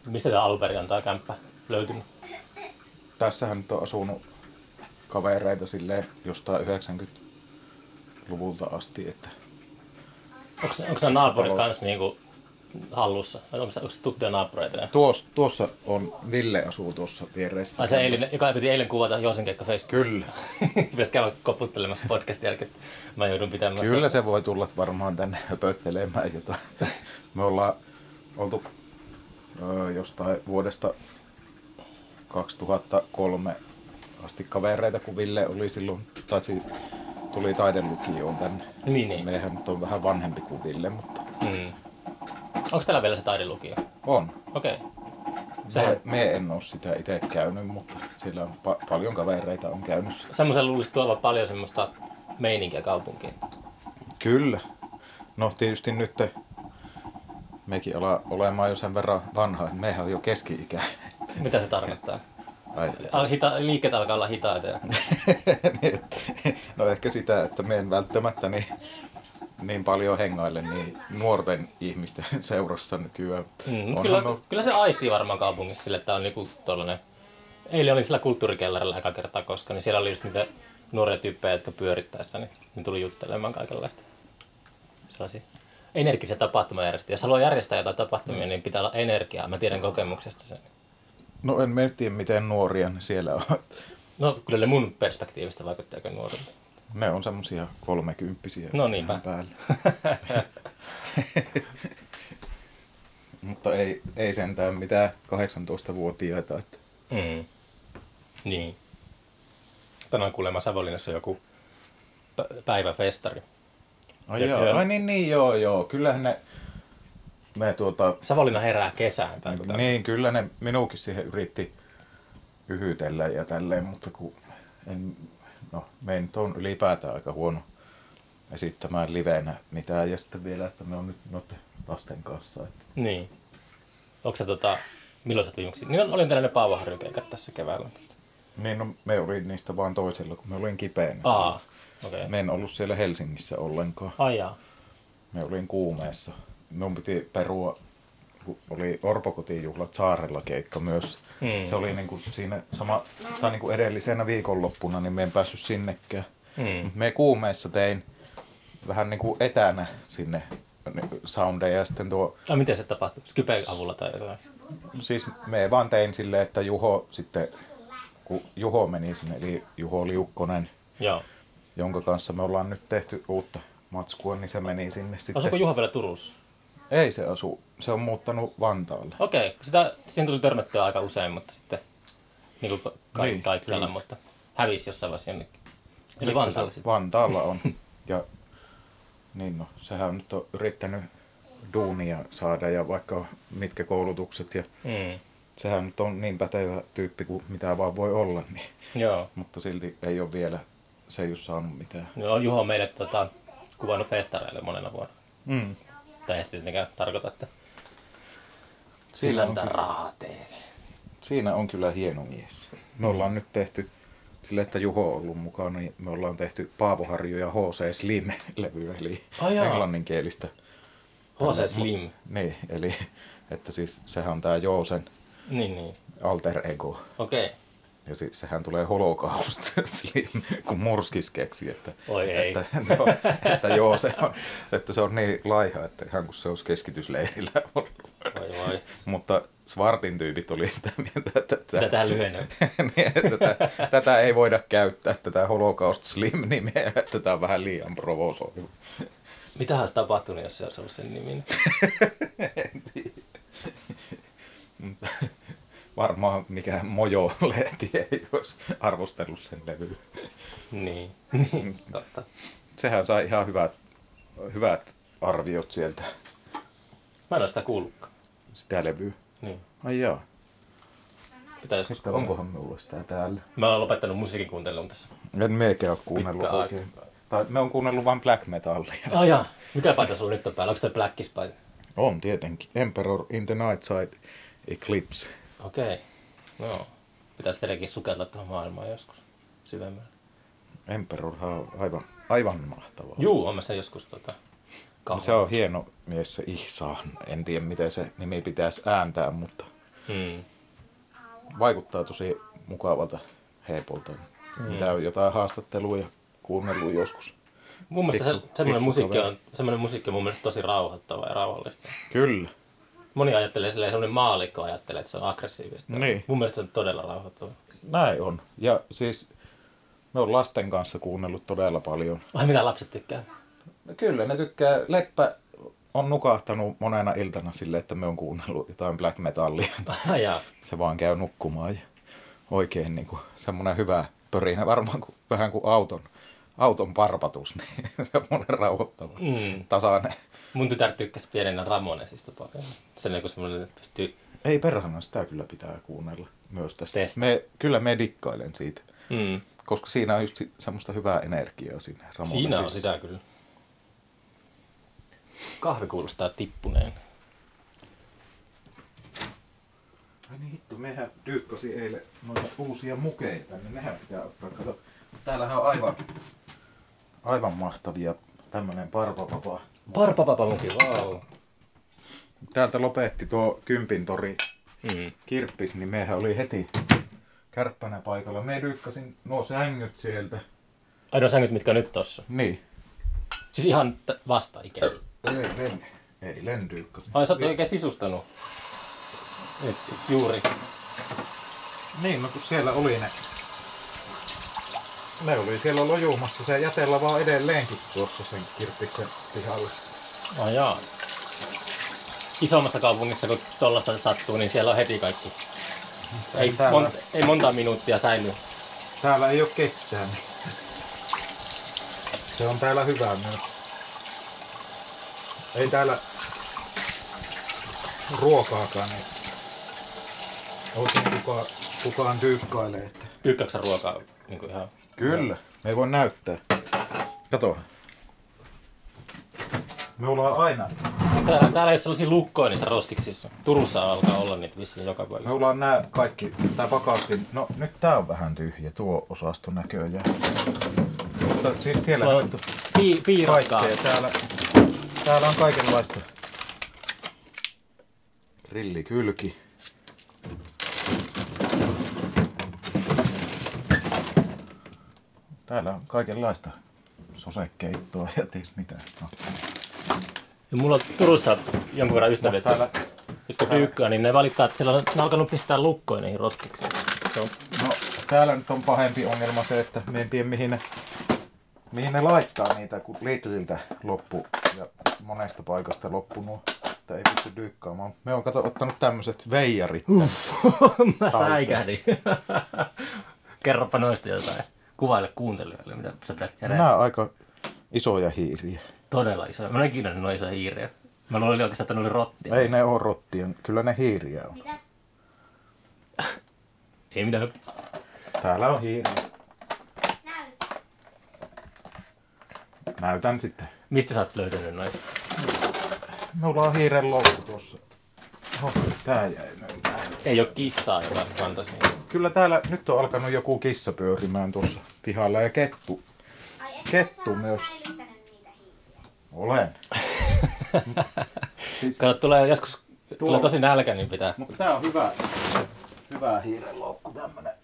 Mistä tämä alun perin on tämä kämppä löytynyt? Tässähän nyt on asunut kavereita jostain 90-luvulta asti, että Onko nämä naapurit kanssa niinku hallussa? Onko se tuttuja naapureita? Tuossa on, Ville asuu tuossa vieressä. Ai se eilen, joka piti eilen kuvata Joosen keikka Facebookissa. Kyllä. Pitäisi käydä koputtelemassa podcastin jälkeen. Mä joudun pitämään. Kyllä se voi tulla varmaan tänne höpöttelemään jotain. Me ollaan oltu jostain vuodesta 2003 asti kavereita, kun Ville oli silloin, tuli taidelukioon tänne. Niin. Meihän nyt on vähän vanhempi kuin Ville, mutta... Onko täällä vielä se taidelukio? On. Okei. Me en ole sitä itse käynyt, mutta siellä on paljon kavereita on käynyt. Semmoisen luulisi tuolla paljon semmoista meininkiä kaupunkiin. Kyllä. No tietysti nyt mekin olemaan jo sen verran vanha, että mehän on jo keski-ikäinen. Mitä se tarkoittaa? Liikkeet alkaa olla hitaita. No ehkä sitä, että me en välttämättä niin paljon hengaille niin nuorten ihmisten seurassa nykyään. Kyllä se aistii varmaan kaupungissa sille, että on niinku tollanen... Eilen olin sillä kulttuurikellarilla eka kertaa koska, niin siellä oli just niitä nuoria tyyppejä, jotka pyörittää sitä, niin tuli juttelemaan kaikenlaista. Sellaisia energisiä tapahtumajärjestöjä. Jos haluaa järjestää jotain tapahtumia, niin pitää olla energiaa. Mä tiedän kokemuksesta sen. No en tiedä, miten nuoria ne siellä on. No kyllä ne mun perspektiivistä vaikuttaa aika nuorilta. Ne on semmosia 30-vuotiaita. No niinpä. Päällä. Mutta ei sentään mitään 18-vuotiaita. Että... Niin. Tänään kuulemma Savonlinnassa joku päiväfestari. Ai niin, joo. Kyllähän ne... Savonlinna herää kesään. Niin, kyllä ne minuukin siihen yritti yhytellä ja tälleen, mutta kun me nyt on ylipäätään aika huono esittämään livenä mitään ja sitten vielä, että me on nyt noiden lasten kanssa. Että... Niin. Onko se milloin sä viimeksi? Niin olin tällainen Paavo Harju-keikat tässä keväällä. Niin, no me olin niistä vaan toisella, kun me olin kipeänä. Okay. Me en ollut siellä Helsingissä ollenkaan. Jaa. Me olin kuumeessa. Minun piti perua, kun oli Orpokotijuhlat Saarella keikka myös. Se oli niinku siinä niinku edellisenä viikonloppuna, niin me en päässyt sinnekään. Me kuumeessa tein vähän niinku etänä sinne soundeja ja sitten miten se tapahtui? Skypen avulla tai jotain? Siis me vaan tein silleen, että Juho sitten, kun Juho meni sinne, eli Juho Liukkonen, jonka kanssa me ollaan nyt tehty uutta matskua, niin se meni sinne sitten. Asuuko Juho vielä Turussa? Ei se asu. Se on muuttanut Vantaalle. Okei. Siinä tuli törmättyä aika usein, mutta sitten niin kuin kaikkialla, mutta hävisi jossain vaiheessa jonnekin. Eli Vantaalla sitten. Vantaalla on. Ja niin no, sehän nyt on yrittänyt duunia saada ja vaikka mitkä koulutukset ja sehän nyt on niin pätevä tyyppi kuin mitä vaan voi olla, niin. Joo. Mutta silti ei ole vielä, se ei ole saanut mitään. No, Juho on meille kuvannut festareille monena vuonna. Tai ei tietenkään tarkoita, että sillä mitä rahaa tee. Siinä on kyllä hieno mies. Me ollaan nyt tehty sille, että Juho on ollut mukana, niin me ollaan tehty Paavo Harju ja H.C. Slim-levyä, eli englanninkielistä. H.C. Slim? Niin, eli että siis sehän on tää Joosen alter ego. Okei. Ja siis sehän tulee Holocaust Slim, kun Murskis keksi, että se on niin laiha, että ihan kun se olisi keskitysleirillä ollut. Vai. Mutta Svartin tyypit oli sitä mieltä, että tätä lyhennä. tätä ei voida käyttää, tätä Holocaust Slim-nimeä, että tämä on vähän liian provosoiva. Mitähän olisi tapahtunut, jos se olisi ollut sen nimi? En tiedä. Varmaan mikään Mojo-lehti ei olisi arvostellut sen levyä. Niin, totta. Sehän sai ihan hyvät arviot sieltä. Mä en ole sitä kuullutkaan. Sitä levyä? Niin. Ai jaa. Onkohan minulla sitä täällä? Mä oon lopettanut musiikin kuuntelun tässä. En mekään ole kuunnellut oikein. Tai me on kuunnellut vain black metallia. Jaa. Mikä paita sulla nyt on päällä? Onko se Blackis paita? On tietenkin. Emperor in the Night Side Eclipse. Okei. No. Pitäisi tietenkin sukeltaa tuohon maailmaan joskus syvemmälle. Emperorhan on aivan mahtavaa. Juu, on mä sen joskus Se on hieno mies se Ihsaan. En tiedä miten se nimi pitäisi ääntää, mutta Vaikuttaa tosi mukavalta heipolta. Mitä on jotain haastatteluja kuunnellut joskus. Mun mielestä semmoinen musiikki on mun mielestä tosi rauhoittavaa ja rauhallista. Kyllä. Moni ajattelee silleen, semmoinen maallikko ajattelee, että se on aggressiivista. Niin. Mun mielestä se on todella rauhoittavaa. Näin on. Ja siis me on lasten kanssa kuunnellut todella paljon. Ai mitä lapset tykkää? No kyllä, ne tykkää. Leppä on nukahtanut monena iltana silleen, että me on kuunnellut jotain black metallia. Se vaan käy nukkumaan ja oikein niin kuin semmoinen hyvä pörinä, varmaan vähän kuin auton parpatus, niin semmoinen rauhoittava, tasainen. Mun tytär tykkäsi pienenä Ramonesista paljon. Se on semmoinen, että pystyy... Ei perhana, sitä kyllä pitää kuunnella myös tässä. Kyllä me dikkailen siitä, koska siinä on just semmoista hyvää energiaa siinä Ramonesissa. Siinä on sitä kyllä. Kahvi kuulostaa tippuneen. Ai niin hitto, mehän dyykkasin eilen noita uusia mukeita, niin nehän pitää ottaa. Kato, täällähän on aivan mahtavia tämmönen parpapapa. Parpapapamuki, vau. Täältä lopetti tuo Kympintori kirppis, niin mehän oli heti kärppänä paikalla. Me dyykkasin nuo sängyt sieltä. Ai nuo sängyt, mitkä on nyt tossa? Niin. Siis ihan vasta ikään. Ei dyykkasin. Ai sä oot oikein sisustanut. Nyt juuri. Niin, no kun siellä oli ne oli siellä lojumassa se jätelava edelleenkin tuossa sen kirppiksen pihalle. Ai jaa. Isommassa kaupungissa kun tollasta sattuu, niin siellä on heti kaikki. Ei monta minuuttia säily. Täällä ei oo ketään. Se on täällä hyvä myös. Ei täällä ruokaakaan niin oikein kukaan dyykkailee. Dyykkääksä ruokaa niin kuin ihan? Kyllä, me ei voi näyttää. Kato. Me ollaan aina. Täällä ei ole sellaisia lukkoja niissä roskiksissa. Turussa alkaa olla niitä vissiin joka paikassa. Me ollaan nää kaikki, tää pakastin. No nyt tää on vähän tyhjä, tuo osasto näköjään. Mutta siis siellä on piirakkaa. Täällä on kaikenlaista. Grillikylki. Täällä on kaikenlaista sosekeittoa ja ties mitä. No. Ja mulla on Turussa jonkun verran ystäviä, jotka dyykkaa, niin ne valittaa, että siellä on alkanut pistää lukkoja niihin roskiksiin. No täällä nyt on pahempi ongelma se, että me en tiedä mihin ne laittaa niitä, kun Lidliltä loppu ja monesta paikasta loppunut, että ei pysty dyykkaamaan. Me on ottanut tämmöiset veijarit. Mä säikähdin. Kerropa noista jotain. Kuvaile kuuntelijoille, mitä sä pitäisi tehdä. Nämä on aika isoja hiiriä. Todella isoja. Mä en ikinä nähnyt noin isoja hiiriä. Mä luulin oikeastaan, että ne oli rottia. Ei ne oo rottia. Kyllä ne hiiriä on. Mitä? Ei mitään. Täällä on hiiriä. Näytä. Näytän sitten. Mistä sä oot löytänyt noin? Mulla on hiiren loukku tuossa. Tää jäi nyt. Ei oo kissaa, joka kantaisi niitä. Kyllä täällä nyt on alkanut joku kissa pyörimään tuossa pihalla ja kettu. Ai et Kettu sä myös. säilyttänyt niitä hiiriä? Olen. Kato, tulee joskus tulee tosi nälkä, niin pitää. Mutta tää on hyvä hiiren loukku tämmönen.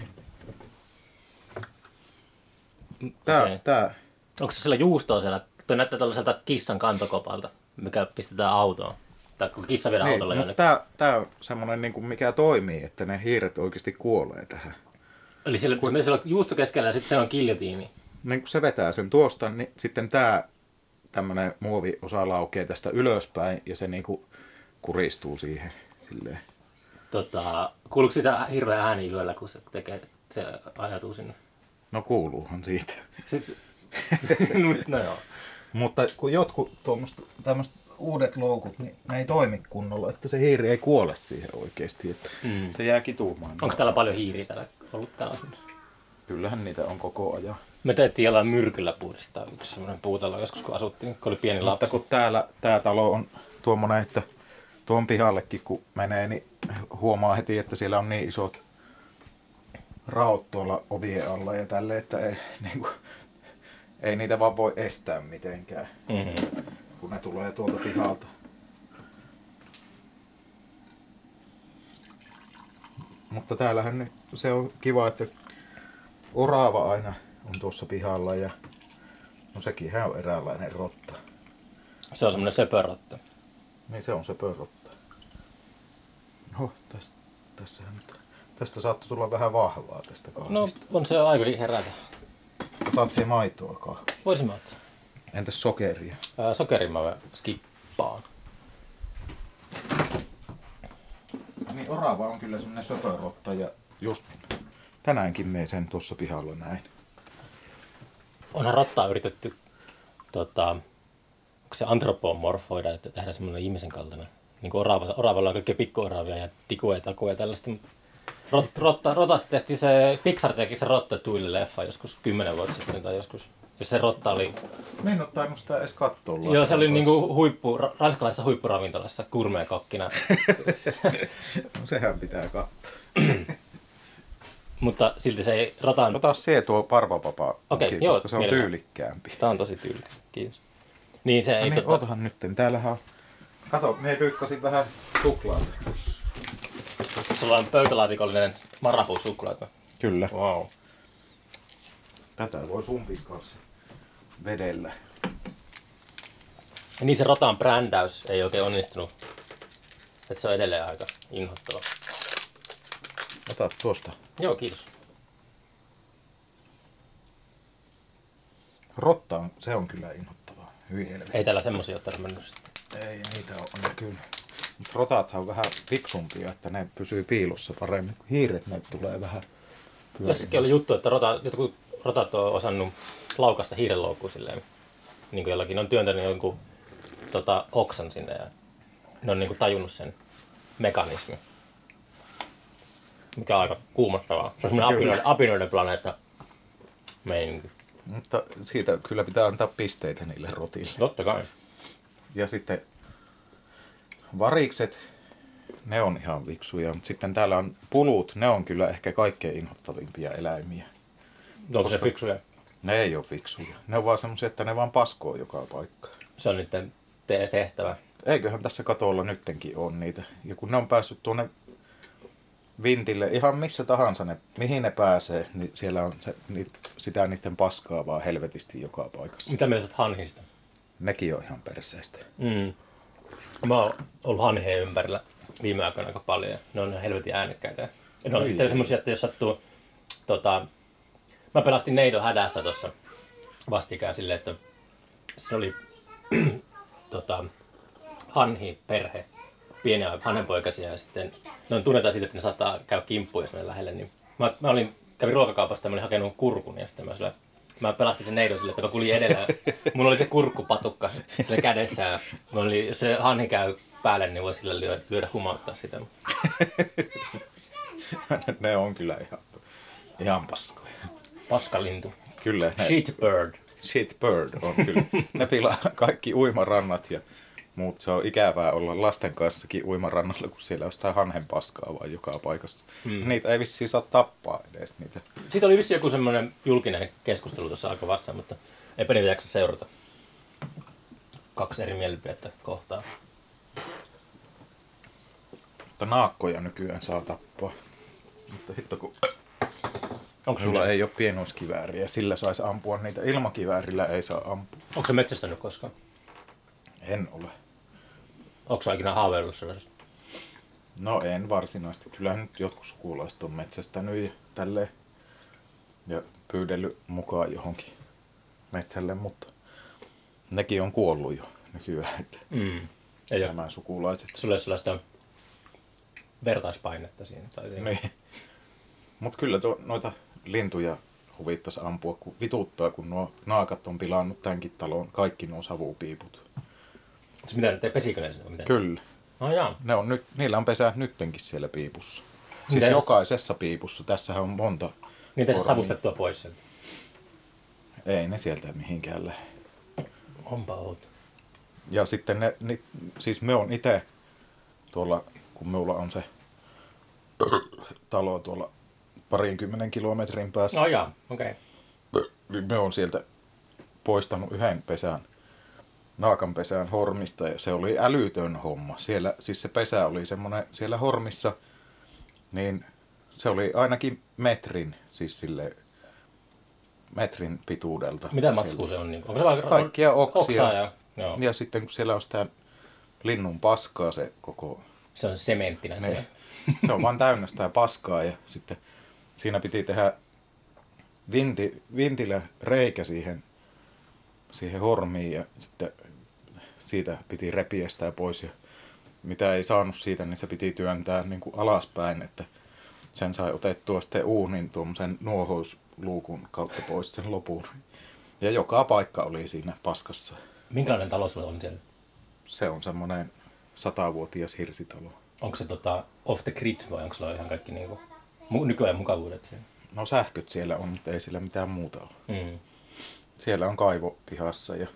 Tää. Onko se siellä juustoa siellä? Tuo näyttää tällaiselta kissan kantokopalta, mikä pistetään autoon. Tai kun kissa viedään autolla jonnekin. Tää on semmonen niinku mikä toimii, että ne hiiret oikeasti kuolee tähän. Eli siellä on juusto keskellä ja sitten se on kiljotiini. Niin kun se vetää sen tuosta, niin sitten tää tämmönen muoviosa laukee tästä ylöspäin ja se niinku kuristuu siihen silleen. Kuuluuko sitä hirveä ääni yöllä, kun se ajatuu sinne? No kuuluuhan siitä. No joo. Mutta kun jotkut tämmöiset uudet loukut, niin ne ei toimi kunnolla, että se hiiri ei kuole siihen oikeasti, että se jää kituumaan. Onko täällä paljon hiiriä ollut täällä? Kyllähän niitä on koko ajan. Me tehtiin jollain myrkyllä puhdistaa yksi semmoinen puutalo joskus, kun asuttiin, kun oli pieni lapsi. Mutta kun tää talo on tuommoinen, että tuon pihallekin kun menee, niin huomaa heti, että siellä on niin isot raot tuolla ovien alla ja tälleen, että ei niitä vaan voi estää mitenkään, kun ne tulee tuolta pihalta. Mutta täällähän se on kiva, että orava aina on tuossa pihalla ja no sekin on eräänlainen rotta. Se on semmonen söpörotta. Niin se on se pörrotta. No, tästä saattoi tulla vähän vahvaa tästä No, kahvista. on se aika herätä. Otat se maitoa kahvi. Voisin mä ottaa. Entäs sokeria? Sokerin mä skippaan. Niin orava on kyllä semmonen söpörotta ja just tänäänkin me sen tuossa pihalla näin. Onhan rottaa yritetty, onko se antropomorfoida, että tehdään semmoinen ihmisen kaltainen. Niin kuin oravalla on kaikkea pikkuoravia ja tikuja, takuja ja tällaista. Rotasta tehtiin se, Pixar teki se Ratatouille-leffa joskus 10 vuotta sitten tai joskus. Ja se rotta oli... Me en oo tainnut sitä edes katsoa. Joo, se oli niinku ranskalaisessa huippuravintolassa gourmet-kokkina. No sehän pitää katsoa. Mutta silti se ei rotan... Ota se tuo parvapapa, Okei, joo, koska se on mielellään. tyylikkäämpi. Tää on tosi tyylikäs. Kiitos. Niin se ei No niin, otahan nytten. Täällähän on... Kato, me pyykkäsin vähän suklaata. Sulla on pöytälaatikollinen marapusuklaata. Kyllä. Wow. Tätä voi sumpin kanssa vedellä. Ja niin se rotan brändäys ei oikein onnistunut. Että se on edelleen aika inhottava. Ota tuosta. Joo, kiitos. Rotta on, se on kyllä inhottavaa. Hyvin helvetti. Ei täällä semmosia ole törmännyt. Ei niitä ole kyllä. Mutta rotathan on vähän fiksumpia, että ne pysyy piilossa paremmin. Hiiret ne tulee vähän Jossakin oli juttu, että jotkut rotat on osannut laukasta hiirenloukkuun silleen. Niin kuin jollakin ne on työntänyt jonkun oksan sinne ja ne on niin kuin tajunnut sen mekanismin. Mikä on aika kuumottavaa. Se on semmoinen apinoiden planeetta meininki. Mutta siitä kyllä pitää antaa pisteitä niille rotille. Totta kai. Ja sitten varikset, ne on ihan viksuja. Mutta sitten täällä on pulut, ne on kyllä ehkä kaikkein inhottavimpia eläimiä. Onko se fiksuja? Ne ei ole fiksuja. Ne on vaan semmoisia, että ne vaan paskoo joka paikka. Se on niiden tehtävä. Eiköhän tässä katolla nyttenkin on niitä. Ja kun ne on päässyt tuonne vintille, ihan missä tahansa, mihin ne pääsee, niin siellä on sitä niiden paskaa vaan helvetisti joka paikassa. Mitä mieltä hanhista? Nekin on ihan perseestä. Mä oon ollut hanheen ympärillä viime aikoina aika paljon ja ne on ihan helvetin äänekkäitä. Ja ne on sitten semmosia, että jos sattuu... Mä pelastin neidon hädästä tuossa vastikään silleen, että se oli hanhi-perhe, pieniä hanhenpoikasia ja sitten ne tunnetaan siitä, että ne saattaa käydä kimppuun, jos ne lähelle. Niin kävin ruokakaupasta ja mä olin hakenut kurkun ja sitten mä pelastin sen neidon sille, että mä kulin edellä. Mulla oli se kurkkupatukka sille kädessä ja jos se hanhi käy päälle, niin voi sillä lyödä humauttaa sitä. Ne on kyllä ihan paskoja. Paskalintu. Kyllä. Shitbird. Shitbird on kyllä. Ne pilaa kaikki uimarannat ja muut. Se on ikävää olla lasten kanssakin uimarannalla, kun siellä on sitä hanhen paskaa vaan joka paikassa. Niitä ei vissiin saa tappaa edes niitä. Siitä oli vissiin joku semmoinen julkinen keskustelu tuossa aika vastaan, mutta eipä niitä jaksa seurata. 2 eri mielipidettä kohtaa. Mutta naakkoja nykyään saa tappaa. Mutta hitto kun Onko sulla ei ole pienoiskivääriä, sillä saisi ampua niitä. Ilmakiväärillä ei saa ampua. Onko se metsästänyt koskaan? En ole. Onko se ikinä haaveillut sellaisesta? No en varsinaisesti. Kyllähän nyt jotkut sukulaiset on metsästänyt ja tälleen. Ja pyydellyt mukaan johonkin metsälle, mutta nekin on kuollut jo nykyään. Ei ole. Nämä sukulaiset. Sulla ei sellaista vertaispainetta siinä. Tai siinä. Niin. Mutta kyllä noita lintuja huvittaisi ampua, kun vituttaa, kun nuo naakat on pilannut tämänkin talon kaikki nuo savupiiput. Mitä ne pesikö ne sinne? Kyllä. No jaa. Niillä on pesää nyttenkin siellä piipussa. Siis Mitä jokaisessa piipussa. Tässähän on monta. Niitä se savustettua pois sieltä. Ei ne sieltä mihinkään lähde. Onpa outo. Ja sitten siis me on itse tuolla, kun minulla on se talo tuolla 20 kilometrin päässä. No jaa, okei. Niin me on sieltä poistanut yhden naakan pesään hormista ja se oli älytön homma. Siellä, siis se pesä oli semmoinen siellä hormissa, niin se oli ainakin metrin, siis sille metrin pituudelta. Mitä matskua se on? Niin? Onko se vaan Kaikkia oksia. oksaa joo. Ja sitten kun siellä on sitä linnun paskaa se koko... Se on sementtinä se. Se on vaan täynnä sitä paskaa ja sitten siinä piti tehdä vintillä reikä siihen hormiin ja sitten siitä piti repiä sitä pois ja mitä ei saanut siitä, niin se piti työntää niin kuin alaspäin, että sen sai otettua sitten uunin tuommoisen nuohousluukun kautta pois sen lopun. Ja joka paikka oli siinä paskassa. Minkälainen talo sulla on siellä? Se on semmoinen 100-vuotias hirsitalo. Onko se off the grid vai onko sulla ihan kaikki niinku, nykyajan mukavuudet siellä? No sähköt siellä on, mutta ei siellä mitään muuta ole. Mm. Siellä on kaivo pihassa ja...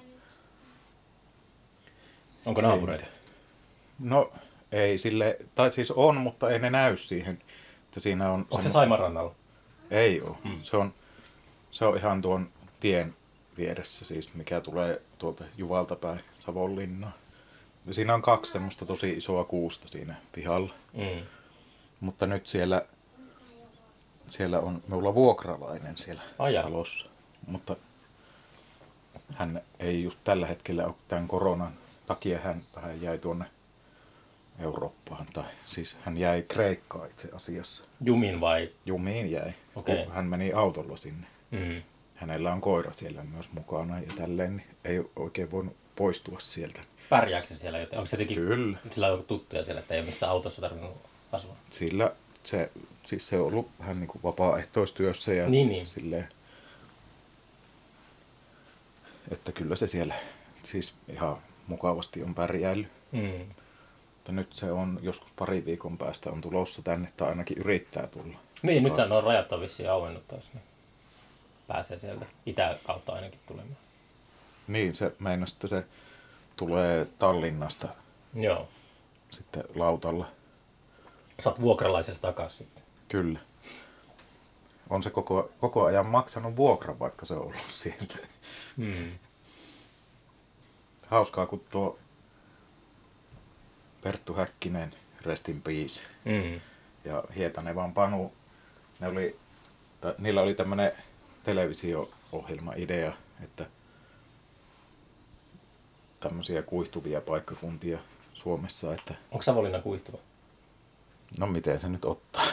Onko naapureita? No ei sille, tai siis on, mutta ei ne näy siihen. Että siinä on Onko se Saimaan rannalla? Ei ole. Se on ihan tuon tien vieressä siis, mikä tulee tuolta Juvalta päin Savonlinnaan. Ja siinä on 2 semmoista tosi isoa kuusta siinä pihalla. Mm. Mutta nyt siellä on minulla vuokralainen siellä talossa. Mutta hän ei just tällä hetkellä ole tämän koronan takia, hän vähän jäi tuonne Eurooppaan. Tai siis hän jäi Kreikkaan itse asiassa. Jumiin vai? Jumiin jäi, Okay. kun hän meni autolla sinne. Mm. Hänellä on koira siellä myös mukana ja tälleen, niin ei oikein voinut poistua sieltä. Pärjääkö se siellä joten? Onko se jotenkin, Kyllä. sillä on joku tuttuja siellä, että ei ole missään autossa tarvinnut asua? Sillä se on ollut vähän niin kuin vapaaehtoistyössä ja Niin. silleen, että kyllä se siellä siis ihan mukavasti on pärjäillyt. Mm. Mutta nyt se on joskus 2 viikon päästä on tulossa tänne tai ainakin yrittää tulla. Niin, nyt on rajat on vissiin auennut taas, niin pääsee sieltä itä kautta ainakin tulemaan. Niin, se meinasi, että se tulee Tallinnasta Joo. sitten lautalla. Sä oot vuokralaisessa takaisin sitten. Kyllä. On se koko ajan maksanut vuokran, vaikka se on ollut siellä. Mm. Hauskaa, kun tuo Perttu Häkkinen, rest in peace, Mm. ja Hietanevan Panu, niillä oli tämmönen televisio-ohjelma-idea, että tämmöisiä kuihtuvia paikkakuntia Suomessa, että Onko Savonlinna kuihtuva? no miten se nyt ottaa.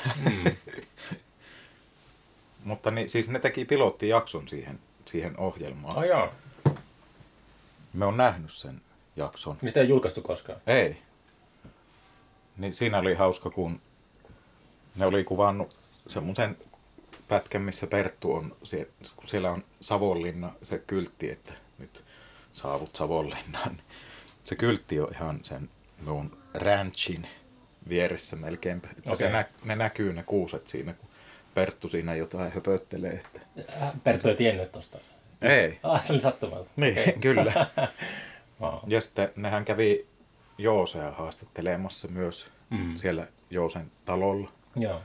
Mutta siis ne teki pilottijakson siihen ohjelmaan. Oh, joo. Me on nähnyt sen jakson. Mistä ei julkaistu koskaan? Ei. Niin siinä oli hauska, kun ne oli kuvannut semmoisen pätkän, missä Perttu on, kun siellä on Savonlinna, se kyltti, että nyt saavut Savonlinnaan. Se kyltti on ihan sen mun ranchin vieressä melkeinpä. Että Okei. ne näkyy ne kuuset siinä, kun Perttu siinä jotain höpöttelee. Että... Perttu ei tiennyt tosta. Ei. Se oli sattumalta. Niin, Okei. kyllä. Wow. Ja sitten nehän kävi Joosea haastattelemassa myös siellä Joosen talolla. Joo.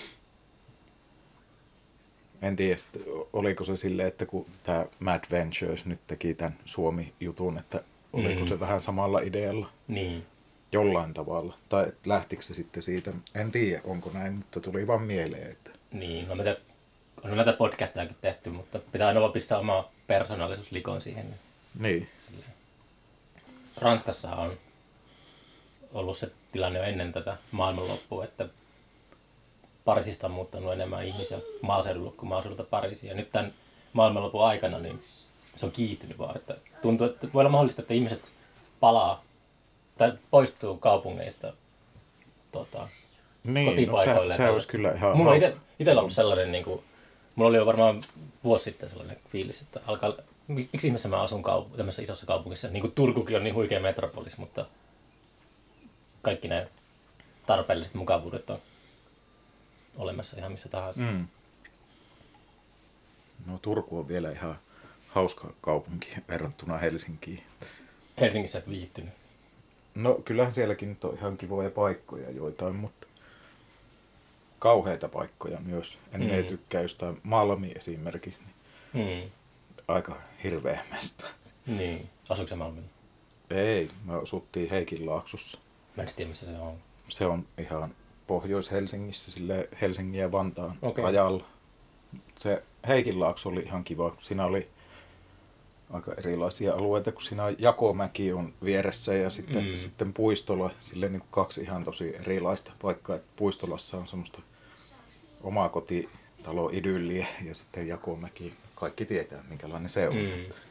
En tiedä, oliko se silleen, että kun tämä Mad Ventures nyt teki tämän Suomi-jutun, että oliko se vähän samalla idealla Niin. jollain tavalla. Tai lähtikö se sitten siitä, en tiedä onko näin, mutta tuli vaan mieleen. Että... Niin, no on näitä podcastajakin tehty, mutta pitää aina vaan pistää oma persoonallisuus likoon siihen. Niin, Silleen. Ranskassahan on ollut se tilanne jo ennen tätä maailmanloppua, että Pariisista on muuttanut enemmän ihmisiä maaseudulle kuin maaseudulta Pariisiin. Ja nyt tämän maailmanlopun aikana niin se on kiihtynyt vaan. Että tuntuu, että voi olla mahdollista, että ihmiset palaa tai poistuu kaupungeista niin kotipaikoille. se olisi kyllä ihan mulla on hauska. itsellä ollut sellainen, niin kuin, mulla oli jo varmaan vuosi sitten sellainen fiilis, että miksi ihmeessä mä asun tämmöisessä isossa kaupungissa. Niin kuin Turkukin on niin huikea metropolis, mutta kaikki nämä tarpeelliset mukavuudet on olemassa ihan missä tahansa. Mm. No Turku on vielä ihan hauska kaupunki verrattuna Helsinkiin. Helsingissä et viihtynyt. No kyllähän sielläkin nyt on ihan kivoja paikkoja joitain, mutta kauheita paikkoja myös. En tykkää jostain Malmi esimerkiksi. Niin aika hirveämästä. Niin. Asuuko se Malmilla? Ei, me asuttiin Heikinlaaksossa. Mä en tiedä missä se on. Se on ihan Pohjois-Helsingissä, sille Helsingin ja Vantaan Okei. rajalla. Se Heikinlaakso oli ihan kiva. Siinä oli aika erilaisia alueita, kun siinä on Jakomäki on vieressä ja sitten Puistola. Silleen niin kuin kaksi ihan tosi erilaista paikkaa. Et Puistolassa on semmoista omaa kotitalo-idylliä ja sitten Jakomäki. Kaikki tietää, minkälainen se on.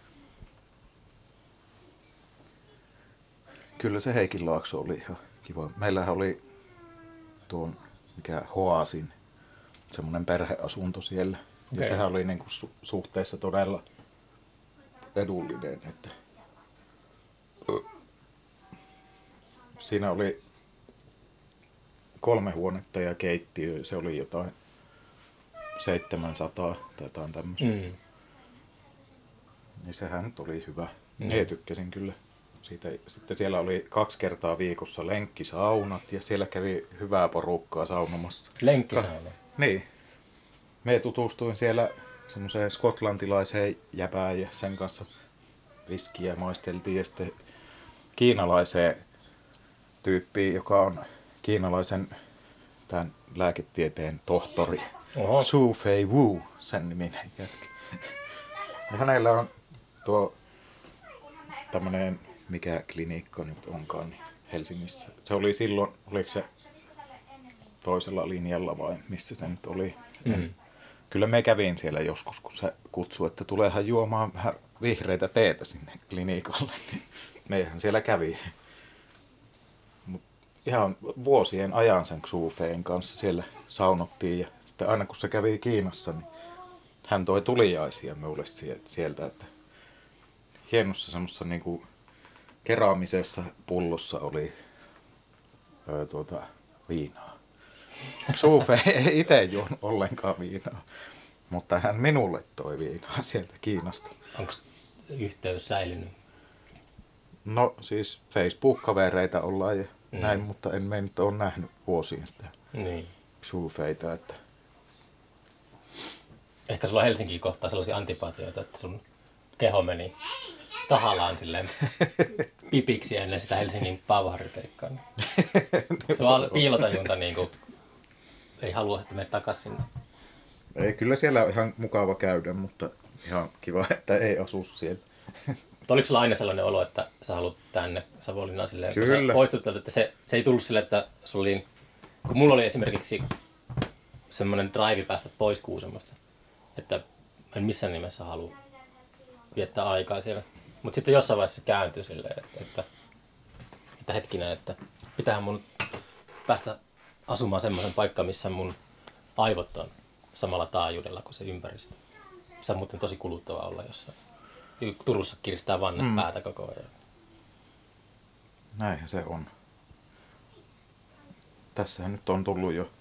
Kyllä se Heikinlaakso oli ihan kiva. Meillähän oli tuon Hoasin semmoinen perheasunto siellä. Ja sehän oli niinku suhteessa todella edullinen. Että siinä oli 3 huonetta ja keittiö. Se oli jotain 700 tai jotain tämmöistä. Niin sehän nyt oli hyvä. Minä tykkäsin kyllä siitä. Sitten siellä oli 2 kertaa viikossa lenkkisaunat ja siellä kävi hyvää porukkaa saunomassa. Lenkkisauna? Niin. Me tutustuin siellä semmoiseen skotlantilaiseen jäpään ja sen kanssa viskiä maisteltiin ja sitten kiinalaiseen tyyppiin, joka on kiinalaisen tämän lääketieteen tohtori. Oho. Su Fei Wu, sen niminen jätkä. Ja hänellä on tuo tämmönen, mikä klinikka nyt onkaan, niin Helsingissä. Se oli silloin, oliko se toisella linjalla vai missä se nyt oli? Kyllä me kävin siellä joskus, kun se kutsui, että tuleehan juomaan vähän vihreitä teetä sinne klinikalle. Niin meihän siellä kävi. Mut ihan vuosien ajan sen Xufeen kanssa siellä saunottiin. Ja sitten aina kun se kävi Kiinassa, niin hän toi tuliaisia minulle sieltä. Että hienossa semmoisessa niinku keraamisessa pullossa oli viinaa. Suufe ei itse juonut ollenkaan viinaa, mutta hän minulle toi viinaa sieltä Kiinasta. Onko yhteys säilynyt? No siis Facebook-kavereita ollaan ja näin, mutta en me nyt ole nähnyt vuosiin sitä Niin. Suufeita. Että Ehkä sulla on Helsinkiin kohtaan sellaisia antipatioita, että sun keho meni tahallaan silleen pipiksi ennen sitä Helsingin Bauhaar-keikkaa. Se vaan piilotajunta niinku ei halua, että menet takaisin sinne. ei, kyllä siellä on ihan mukava käydä, mutta ihan kiva, että ei asu siellä. Mutta oliko sulla aina sellainen olo, että sä haluat tänne Savonlinnaan silleen, kun Kyllä. sä poistut täältä, että se ei tullut silleen, että sulla oli, kun mulla oli esimerkiksi semmoinen drive päästä pois Kuusamosta, että en missään nimessä halua viettää aikaa siellä. Mutta sitten jossain vaiheessa se kääntyi silleen, että hetkinen, että pitäähän mun päästä asumaan semmoisen paikkaan, missä mun aivot on samalla taajuudella kuin se ympäristö. Se on muuten tosi kuluttavaa olla jossain. Turussa kiristää vannet päätä koko ajan. Näinhän se on. Tässähän nyt on tullut jo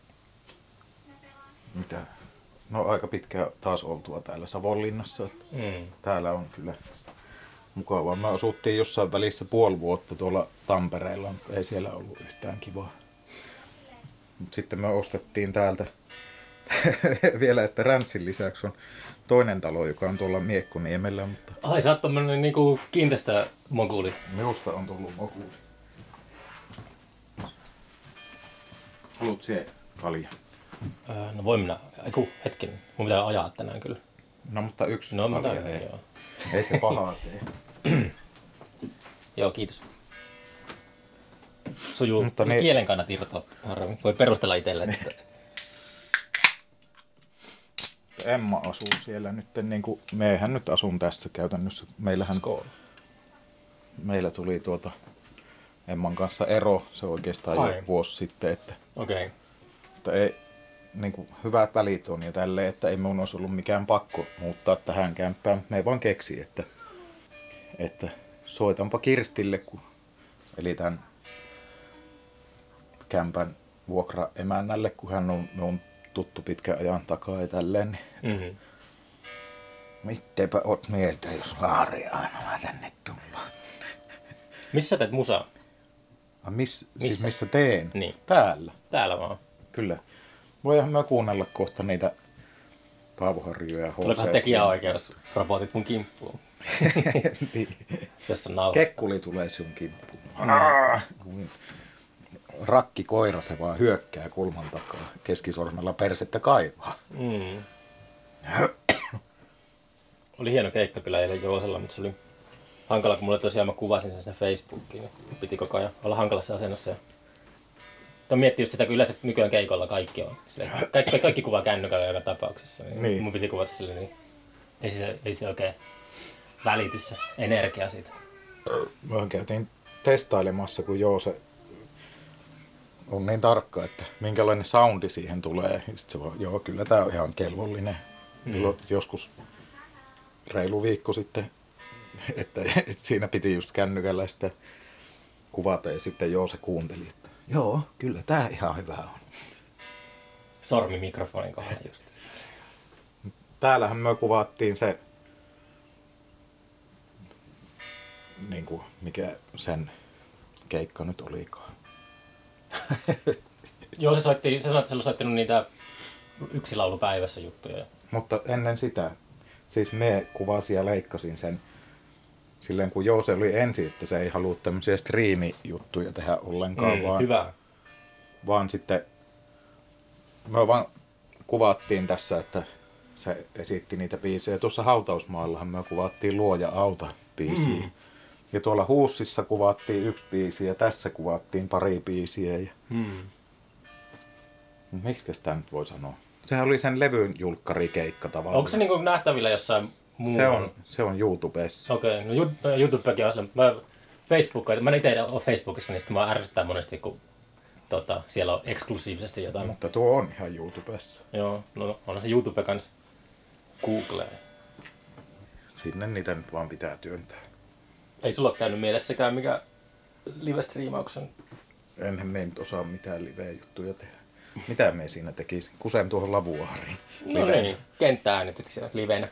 aika pitkään taas oltua täällä Savonlinnassa. Että täällä on kyllä mukavaa. Me asuttiin jossain välissä 5 vuotta tuolla Tampereella, mutta ei siellä ollut yhtään kivaa. Mut sitten me ostettiin täältä vielä, että Räntsin lisäksi on toinen talo, joka on tuolla Miekkoniemellä, mutta Ai, sä oot tommonen niinku kiinteistömoguli. minusta on tullut mokuuli. Haluat sie kalja? No voi minä. Eiku, hetken. Mun pitää ajaa tänään kyllä. No mutta yksi No mä kalja tämän, ei. joo. Ei se pahaa tee. Joo, kiitos. Sujuu Mutta niin... niin- kielen kannat irtoa harvemmin. Voi perustella itselle, että Emma asuu siellä nyt, niin kuin mehän nyt asun tässä käytännössä. Meillä tuli Emman kanssa ero, se oikeastaan Ai. jo vuosi sitten, että okei. ei, niin kuin hyvät välit on ja tälleen, että ei mun olisi ollut mikään pakko muuttaa tähän kämppään. Me vaan keksi, että soitanpa Kirstille, eli tämän kämpän vuokraemännälle, kun hän on tuttu pitkän ajan takaa ja tälleen. Niin, mittepä oot mieltä, jos Laari aina tänne tullaan. Missä sä teet musaa? Siis missä teen? Niin. Täällä. Täällä vaan. Kyllä. Voidaan me kuunnella kohta niitä Paavo Harjuja ja Tuleekohan tekijäoikeusrobotit mun kimppuun? Niin. Jossa on nauha. Kekkuli tulee sun kimppuun. rakkikoira, se vaan hyökkää kulman takaa keskisormella persettä kaivaa. Mm. Oli hieno keikka kyllä eilen Joosella, mutta se oli hankala, kun mulle tosiaan mä kuvasin sen sinne Facebookiin, niin piti koko ajan olla hankalassa asennossa. Ja miettii just sitä, kun yleensä nykyään keikolla kaikki on. Kaikki kuvaa kännykällä joka tapauksessa. Niin. Mun piti kuvata sille, niin ei se oikein välity se energia siitä. Mä käytiin testailemassa, kun se on niin tarkka, että minkälainen soundi siihen tulee. Sitten se vaan, kyllä tää on ihan kelvollinen. Joskus reilu viikko sitten, että siinä piti just kännykällä sitä kuvata ja sitten se kuunteli, että kyllä tää ihan hyvä on. Sormi mikrofonin kohdalla just. Täällähän me kuvattiin se, niin kuin, mikä sen keikka nyt olikaan. Joo, se sanoi, että se oli soittanut niitä yksi laulu päivässä juttuja. Mutta ennen sitä, siis me kuvasin ja leikkasin sen silleen, kun se oli ensin, että se ei halua tämmöisiä striimijuttuja tehdä ollenkaan, vaan sitten me vaan kuvattiin tässä, että se esitti niitä biisejä. Tuossa Hautausmaallahan me kuvattiin Luoja auta -biisiä. Ja tuolla Huussissa kuvattiin 1 biisi ja tässä kuvattiin 2 biisiä. Miksi sitä nyt voi sanoa? Sehän oli sen levyn julkkarikeikka tavallaan. Onko se niinku nähtävillä jossain muualla? Se on YouTubessa. Okei, no YouTubekin on sellainen. Mä en itse ole Facebookissa, niin sitten mä ärsyttää monesti, kun siellä on eksklusiivisesti jotain. Mutta tuo on ihan YouTubessa. Joo, no onhan se YouTube kans Googleen. Sinne niitä nyt vaan pitää työntää. Ei sulla ole käynyt mielessäkään mikä live-striimauksen? Enhän me nyt osaa mitään live-juttuja tehdä. Mitä me siinä tekisi? Kusen tuohon lavuaariin. No niin, kenttääänityksiä livenä.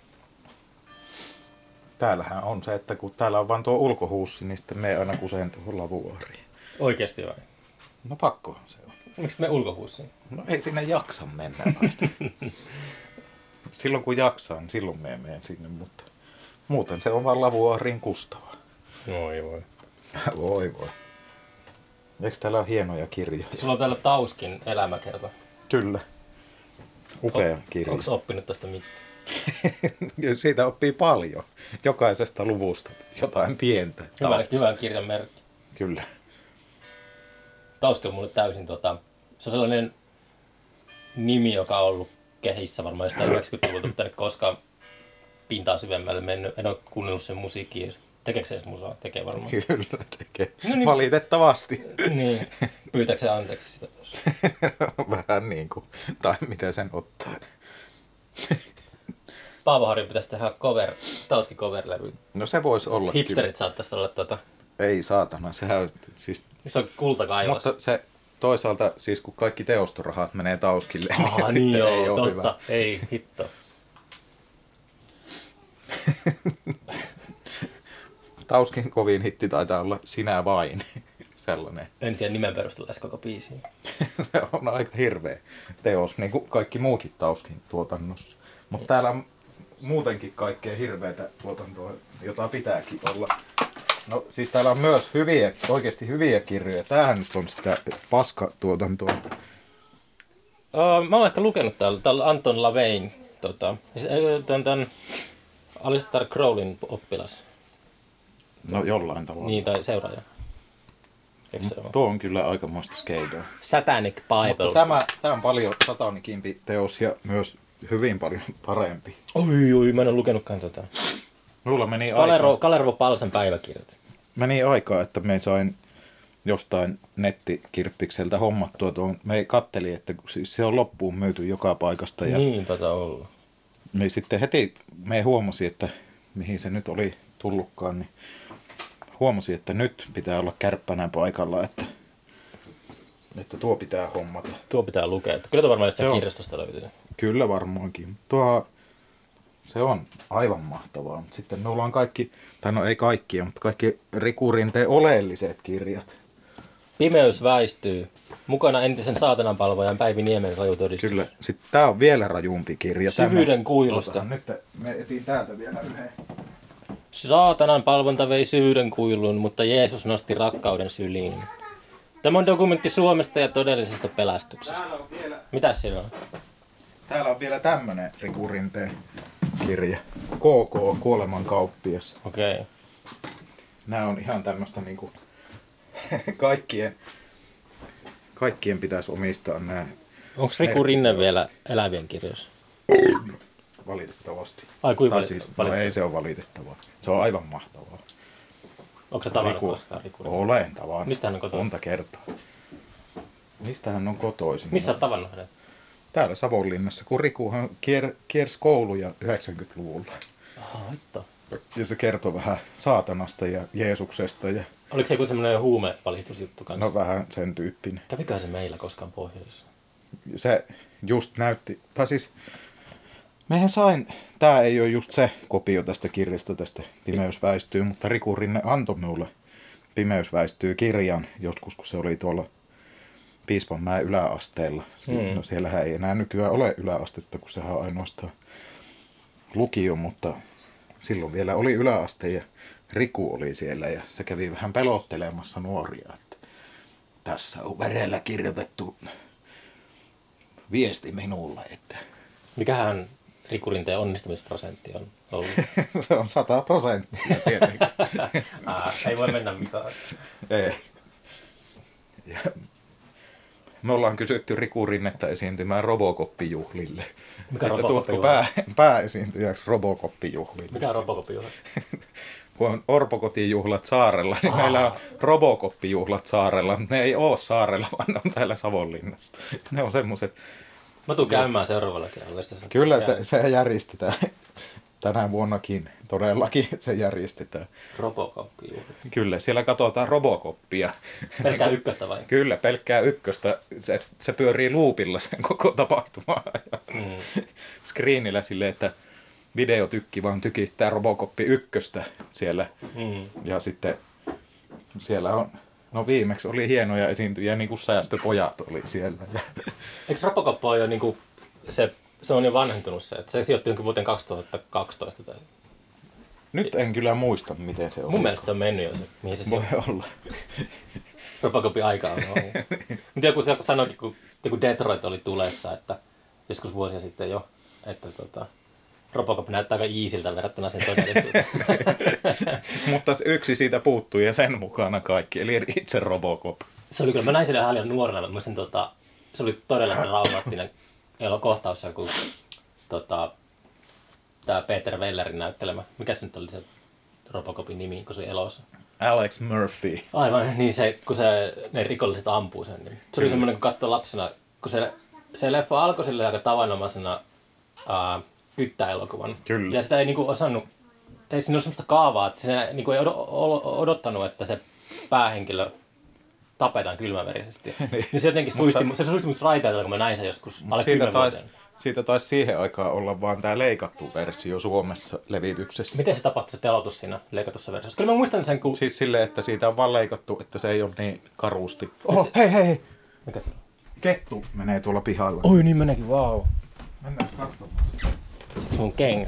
Täällähän on se, että kun täällä on vaan tuo ulkohuussi, niin sitten me aina kusen tuohon lavuaariin. Oikeesti vai? No pakkohan se on. Miksi me ulkohuussiin? No ei sinne jaksa mennä aina. Silloin kun jaksaa, niin silloin me menen sinne, mutta muuten se on vaan lavuaariin kustava. Voi. Voi. Eikö täällä ole hienoja kirjoja? Sulla on täällä Tauskin elämäkerta. Kyllä. Upea kirja. Onko oppinut tästä mitään? Siitä oppii paljon. Jokaisesta luvusta jotain pientä. Hyvä kirjan merkki. Kyllä. Tauski on mulle täysin se on sellainen nimi, joka on ollut kehissä varmaan jostain 90-luvulta, mutta en koskaan pintaa syvemmälle mennyt. En ole kuunnellut sen musiikkia. Tekeekö se edes musaa? Tekee varmaan. Kyllä tekee. No niin, valitettavasti. Niin. Pyytääkö se anteeksi sitä tuossa? Vähän niin kuin. Tai mitä sen ottaa. Paavo Harju pitäisi tehdä Tauski cover-levy. No se voisi olla. Hipsterit saattaisi olla Ei saatana, sehän siis. Se on kultakaivos. Mutta se toisaalta, siis kun kaikki teostorahat menee Tauskille, niin joo, ei ole totta. hyvä. Ei, hitto. Tauskin kovin hitti taitaa olla Sinä vain. Sellainen. En tiedä nimen perusteella edes koko biisiä. Se on aika hirveä teos, niin kuin kaikki muukin Tauskin tuotannossa. Mutta täällä on muutenkin kaikkea hirveätä tuotantoa, jota pitääkin olla. No siis täällä on myös oikeasti hyviä kirjoja. Tämähän nyt on sitä paskatuotantoa. Mä oon ehkä lukenut täällä Anton LaVeyn, tämän Alistair Crowleyn oppilas. No jollain tavalla. Niin, tai seuraaja. Eikö se ole? Tuo on kyllä aikamoista skeidaa. Satanic Bible. Mutta tämä on paljon satanikimpi teos ja myös hyvin paljon parempi. Oi, mä en ole lukenutkaan Mulla meni aikaa. Kalervo Palsan päiväkirjat. Meni aikaa, että me sain jostain nettikirppikseltä hommattua tuon. Me katteli, että se on loppuun myyty joka paikasta. Ja niin, olla. Me sitten heti huomasi, että mihin se nyt oli tullutkaan, niin huomasi, että nyt pitää olla kärppänä paikalla, että tuo pitää hommata. Tuo pitää lukea. Kyllä tuo varmaan jostain kirjastosta löytyy. Kyllä varmaankin. Se on aivan mahtavaa. Mutta sitten meillä on kaikki, tai no ei kaikkia, mutta kaikki Riku Rinteen oleelliset kirjat. Pimeys väistyy. Mukana entisen saatananpalvojan Päivi Niemen rajutodistus. Kyllä. Sitten tää on vielä rajumpi kirja. Syvyyden kuilusta. Nyt me etin täältä vielä yhden. Saatanan palvonta vei syvyyden kuiluun, mutta Jeesus nosti rakkauden syliin. Tämä on dokumentti Suomesta ja todellisesta pelastuksesta. Mitäs siinä on? Täällä on vielä tämmönen Riku Rinteen kirja. KK, kuoleman kauppias. Okei. Okay. Nämä on ihan tämmöstä niinku kaikkien pitäisi omistaa nämä. Onko Riku Rinne vielä elävien kirjoissa? Valitettavasti. Ai kuinka no ei se ole valitettavaa. Se on aivan mahtavaa. Onko se tavannut koskaan Riku Rinne? Olen tavannut. Mistä hän on kotoisin? Monta kertaa. Mistä hän on kotoisin? Missä olet tavannut hänet? Täällä Savonlinnassa, kun Rikuhan kiersi kouluja 90-luvulla. Aha, hitto. Ja se kertoi vähän saatanasta ja Jeesuksesta. Ja... Oliko se joku semmoinen huumevalistusjuttu kanssa? No vähän sen tyyppinen. Kävikö se meillä koskaan pohjoisessa? Se just näytti, tai siis tää ei ole just se kopio tästä kirjasta, tästä Pimeys väistyy, mutta Riku Rinne antoi minulle Pimeys väistyy -kirjan joskus, kun se oli tuolla Piispanmäen yläasteella. No siellähän ei enää nykyään ole yläastetta, kun sehän on ainoastaan lukio, mutta silloin vielä oli yläaste ja Riku oli siellä ja se kävi vähän pelottelemassa nuoria, että tässä on verellä kirjoitettu viesti minulle, että... Mikähän Riku Rinteen onnistumisprosentti on ollut? Se on 100% tietenkin. Ei voi mennä mitään. Ei. Ja me ollaan kysytty Riku Rinnettä esiintymään Robocop-juhlille. Mikä että Robocop-juhla? tuotko pääesiintyjäksi Robocop-juhlille? Mikä on Robocop-juhla? Kun on Orpokotijuhlat saarella, niin meillä on Robocop-juhlat saarella. Ne ei ole saarella, vaan ne on täällä Savonlinnassa. Ne on semmoset... Mä tuun käymään seuraavalla kerralla. Kyllä, se järjestetään. Tänä vuonnakin todellakin se järjestetään. Robocop-juhla. Kyllä, siellä katsotaan Robocopia. Pelkkää ykköstä vai? Kyllä, pelkkää ykköstä. Se pyörii loopilla sen koko tapahtumaa. Screenillä silleen, että videotykki vaan tykittää Robocop ykköstä siellä. Ja sitten siellä on, no viimeksi oli hienoja esiintyjiä, niin kuin Säästöpojat oli siellä. Eikö Robocop ole jo niinku, se on jo vanhentunut se, että se sijoittui jonkin vuoteen 2012 tai... Nyt en kyllä muista, miten se on. Mun mielestä se on mennyt jo se, mihin se voi sijoittui. olla. Robocopin aika on ollut. Mutta joku sanoikin, kun joku Detroit oli tulessa, että joskus vuosia sitten jo, että Robocop näyttää aika easiltä verrattuna sen todellisuuteen. Mutta yksi siitä puuttui ja sen mukana kaikki, eli itse Robocop. Se oli kyllä, mä näin sen ihan liian nuorena, mä muistin, se oli todella traumaattinen kohtaus, kun tää Peter Wellerin näyttelemä, mikä se nyt oli se Robocopin nimi, kun se oli elossa? Alex Murphy. Aivan, niin kun ne rikolliset ampuu sen. Niin. Se oli semmoinen, kun katsoi lapsena, kun se leffa alkoi sille aika tavanomaisena kyttäelokuvan. Kyllä. Ja sitä ei niinku osannut, ei siinä ole semmoista kaavaa, että se niinku ei odottanut, että se päähenkilö tapetaan kylmäverisesti. Niin se jotenkin suisti mut raiteilta, kun mä näin sen joskus alle 10-vuotiaana. Siitä taisi siihen aikaan olla vaan tää leikattu versio Suomessa levityksessä. Miten se tapahtui se telotus siinä leikatussa versiossa? Kyllä mä muistan sen, kun... Siis silleen, että siitä on vaan leikattu, että se ei ole niin karusti. Oho, hei! Mikä se on? Kettu menee tuolla pihalla. Oi niin meneekin, vau. Wow. Mennään katsomaan sitä. Se on kengä.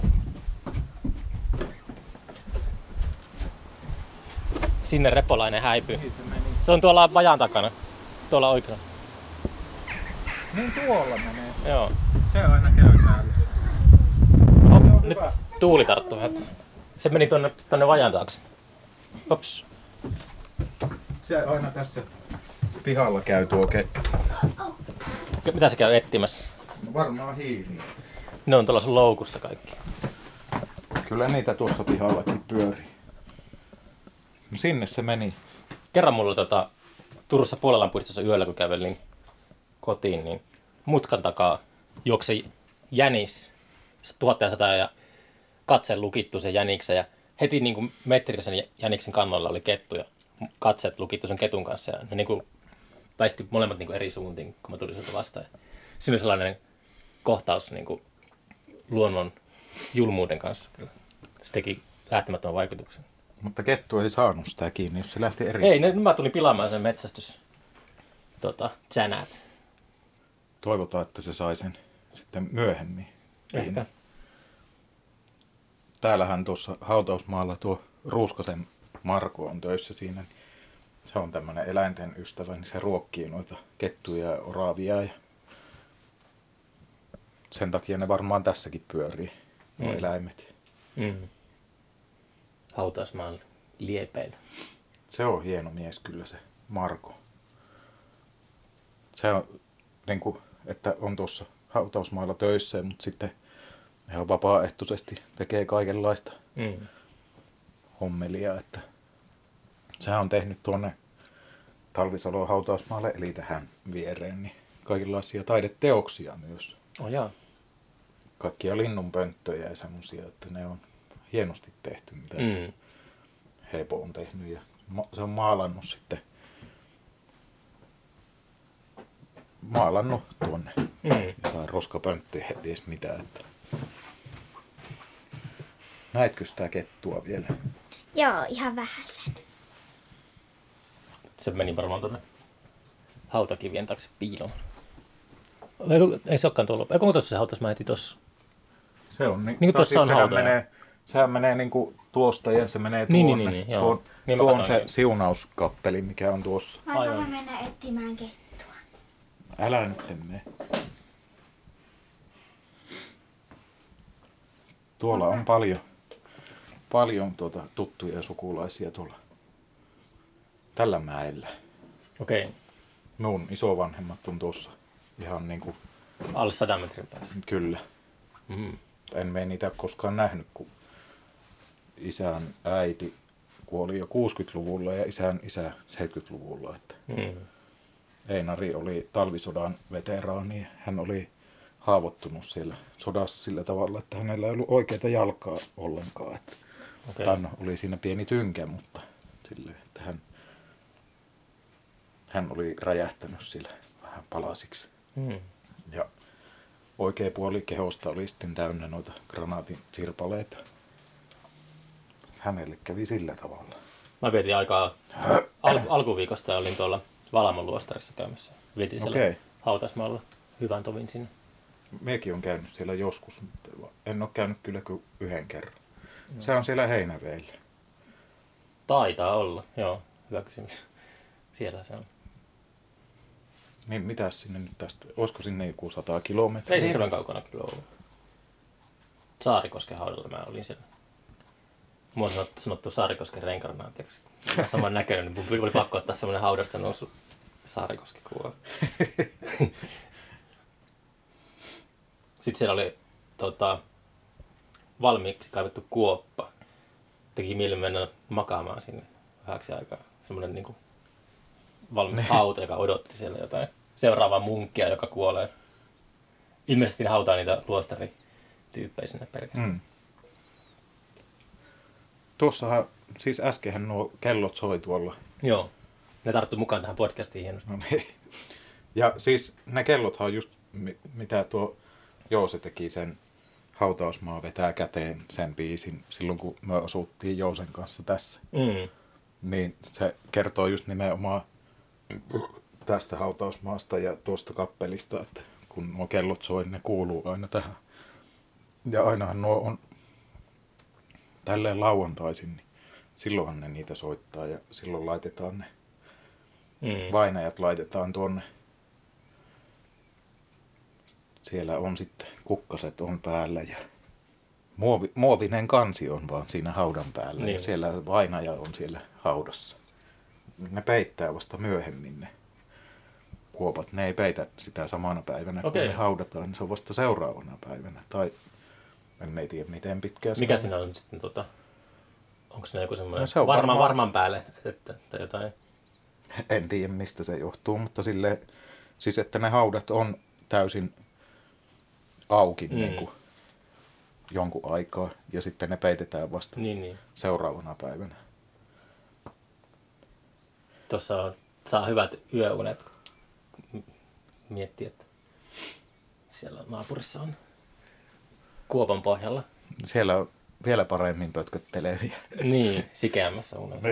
Sinne repolainen häipyy. Se on tuolla vajan takana. Tuolla oikealla. Niin tuolla menee. Joo. Se aina käy täällä. Hop, nyt tuuli tarttuu. Se meni tonne vajan taakse. Hops. Se aina tässä pihalla käy tuo kettu. Mitä se käy etsimässä? No varmaan hiiriä. Ne on tuolla sun loukussa kaikki. Kyllä niitä tuossa pihallakin pyörii. No sinne se meni. Kerran mulla Turussa Puolelan puistossa yöllä, kun kävelin kotiin, niin mutkan takaa juoksi jänis, 1100 ja katse lukittu sen jäniksen ja heti niin kuin metri sen jäniksen kannalla oli kettu ja katseet lukittu sen ketun kanssa ja ne niin kuin väisti molemmat niin kuin eri suuntiin, kun mä tulin sieltä vastaan. Siinä oli sellainen kohtaus niin kuin luonnon julmuuden kanssa. Se teki lähtemättömän vaikutuksen. Mutta kettu ei saanut sitä kiinni, jos se lähti eri. Ei, mä tulin pilaamaan sen metsästys tsänät. Toivotaan, että se sai sen sitten myöhemmin. Ehkä. Täällähän tuossa hautausmaalla tuo Ruuskasen Marko on töissä siinä. Se on tämmöinen eläinten ystävä, niin se ruokkii noita kettuja ja oravia. Ja sen takia ne varmaan tässäkin pyörii, nuo eläimet. Hautausmaan liepeillä. Se on hieno mies kyllä se Marko. Se on niin kuin, että on tuossa hautausmaalla töissä, mutta sitten ihan vapaaehtoisesti tekee kaikenlaista hommelia. Että sehän on tehnyt tuonne Talvisalon hautausmaalle, eli tähän viereen, niin kaikenlaisia taideteoksia myös. Oh jaa. Kaikkia linnunpönttöjä ja semmosia, että ne on hienosti tehty, mitä se Hepo on tehnyt. Ja se on maalannut tuonne jotain roskapönttöjä, et ties mitä. Että. Näetkö sitä kettua vielä? Joo, ihan vähäsen. Se meni varmaan tuonne hautakivien taakse piiloon. Ei se olekaan tuolla. Eikö tuossa se hautausmaa heti tossa? Se on Niin kuin tuossa on hauta. Sehän menee niinku tuosta ja se menee tuonne. Niin, tuo niin on se siunauskappeli, mikä on tuossa. Voinko mä mennä etsimään kettua? Älä nyt mene. Tuolla on paljon tuttuja sukulaisia tuolla tällä mäellä. Okei. Mun isovanhemmat on tuossa ihan niinku, Alle 100 metrin päässä. kyllä. En mene niitä koskaan nähnyt, kun isän äiti kuoli jo 60-luvulla ja isän isä 70-luvulla. Että Einari oli talvisodan veteraani ja hän oli haavoittunut siellä sodassa sillä tavalla, että hänellä ei ollut oikeaa jalkaa ollenkaan. Että oli siinä pieni tynkä, mutta silleen, että hän oli räjähtänyt sillä vähän palasiksi. Ja oikea puoli kehosta oli sitten täynnä noita granaatin sirpaleita. Hänelle kävi sillä tavalla. Mä vietin aikaa alkuviikosta ja olin tuolla Valamon luostarissa käymässä. Vietin siellä hautausmaalla hyvän tovin sinne. Mekin on käynyt siellä joskus, mutta en ole käynyt kyllä kuin yhden kerran. Se on siellä Heinäveellä. Taitaa olla, joo. Hyvä kysymys. Siellä se on. Niin mitäs sinne nyt tästä? Olisiko sinne joku 100 kilometriä? Ei se hirveän kaukana kyllä ollut. Saarikosken haudalla mä olin siellä. Mua on sanottu Saarikosken reinkarnaatioksi. Saman näköinen, niin mun oli pakko ottaa semmoinen haudasta noussut Saarikosken kuva. Sitten siellä oli valmiiksi kaivettu kuoppa. Teki mieli mennä makaamaan sinne vähäksi aikaa. Semmoinen niinku valmis hauta, joka odotti siellä jotain seuraavaa munkkia, joka kuolee. Ilmeisesti ne hautaa niitä luostarityyppejä sinne pelkästään. Tuossahan, siis äskenhän nuo kellot soi tuolla. Joo, ne tarttu mukaan tähän podcastiin hienosti. No niin. Ja siis ne kellothan on just, mitä tuo Joose teki sen hautausmaa vetää käteen sen biisin silloin, kun me asuttiin Joosen kanssa tässä. Niin se kertoo just nimenomaan tästä hautausmaasta ja tuosta kappelista, että kun nuo kellot soi, ne kuuluu aina tähän. Ja ainahan nuo on tälleen lauantaisin, niin silloinhan ne niitä soittaa ja silloin laitetaan ne vainajat laitetaan tuonne. Siellä on sitten kukkaset on päällä ja muovinen kansi on vaan siinä haudan päällä ja siellä vainaja on siellä haudassa. Ne peittää vasta myöhemmin ne kuopat. Ne ei peitä sitä samana päivänä, kun ne haudataan, niin se on vasta seuraavana päivänä. Tai en tiedä miten pitkään se mikä on. siinä on sitten onko siinä joku semmoinen No se on varman päälle tai jotain? En tiedä mistä se johtuu, mutta silleen, siis että ne haudat on täysin auki niin kuin jonkun aikaa ja sitten ne peitetään vasta seuraavana päivänä. Tuossa saa hyvät yöunet, miettii, että siellä naapurissa on kuopan pohjalla. Siellä on vielä paremmin pötkötteleviä. Niin, sikeämmässä unella.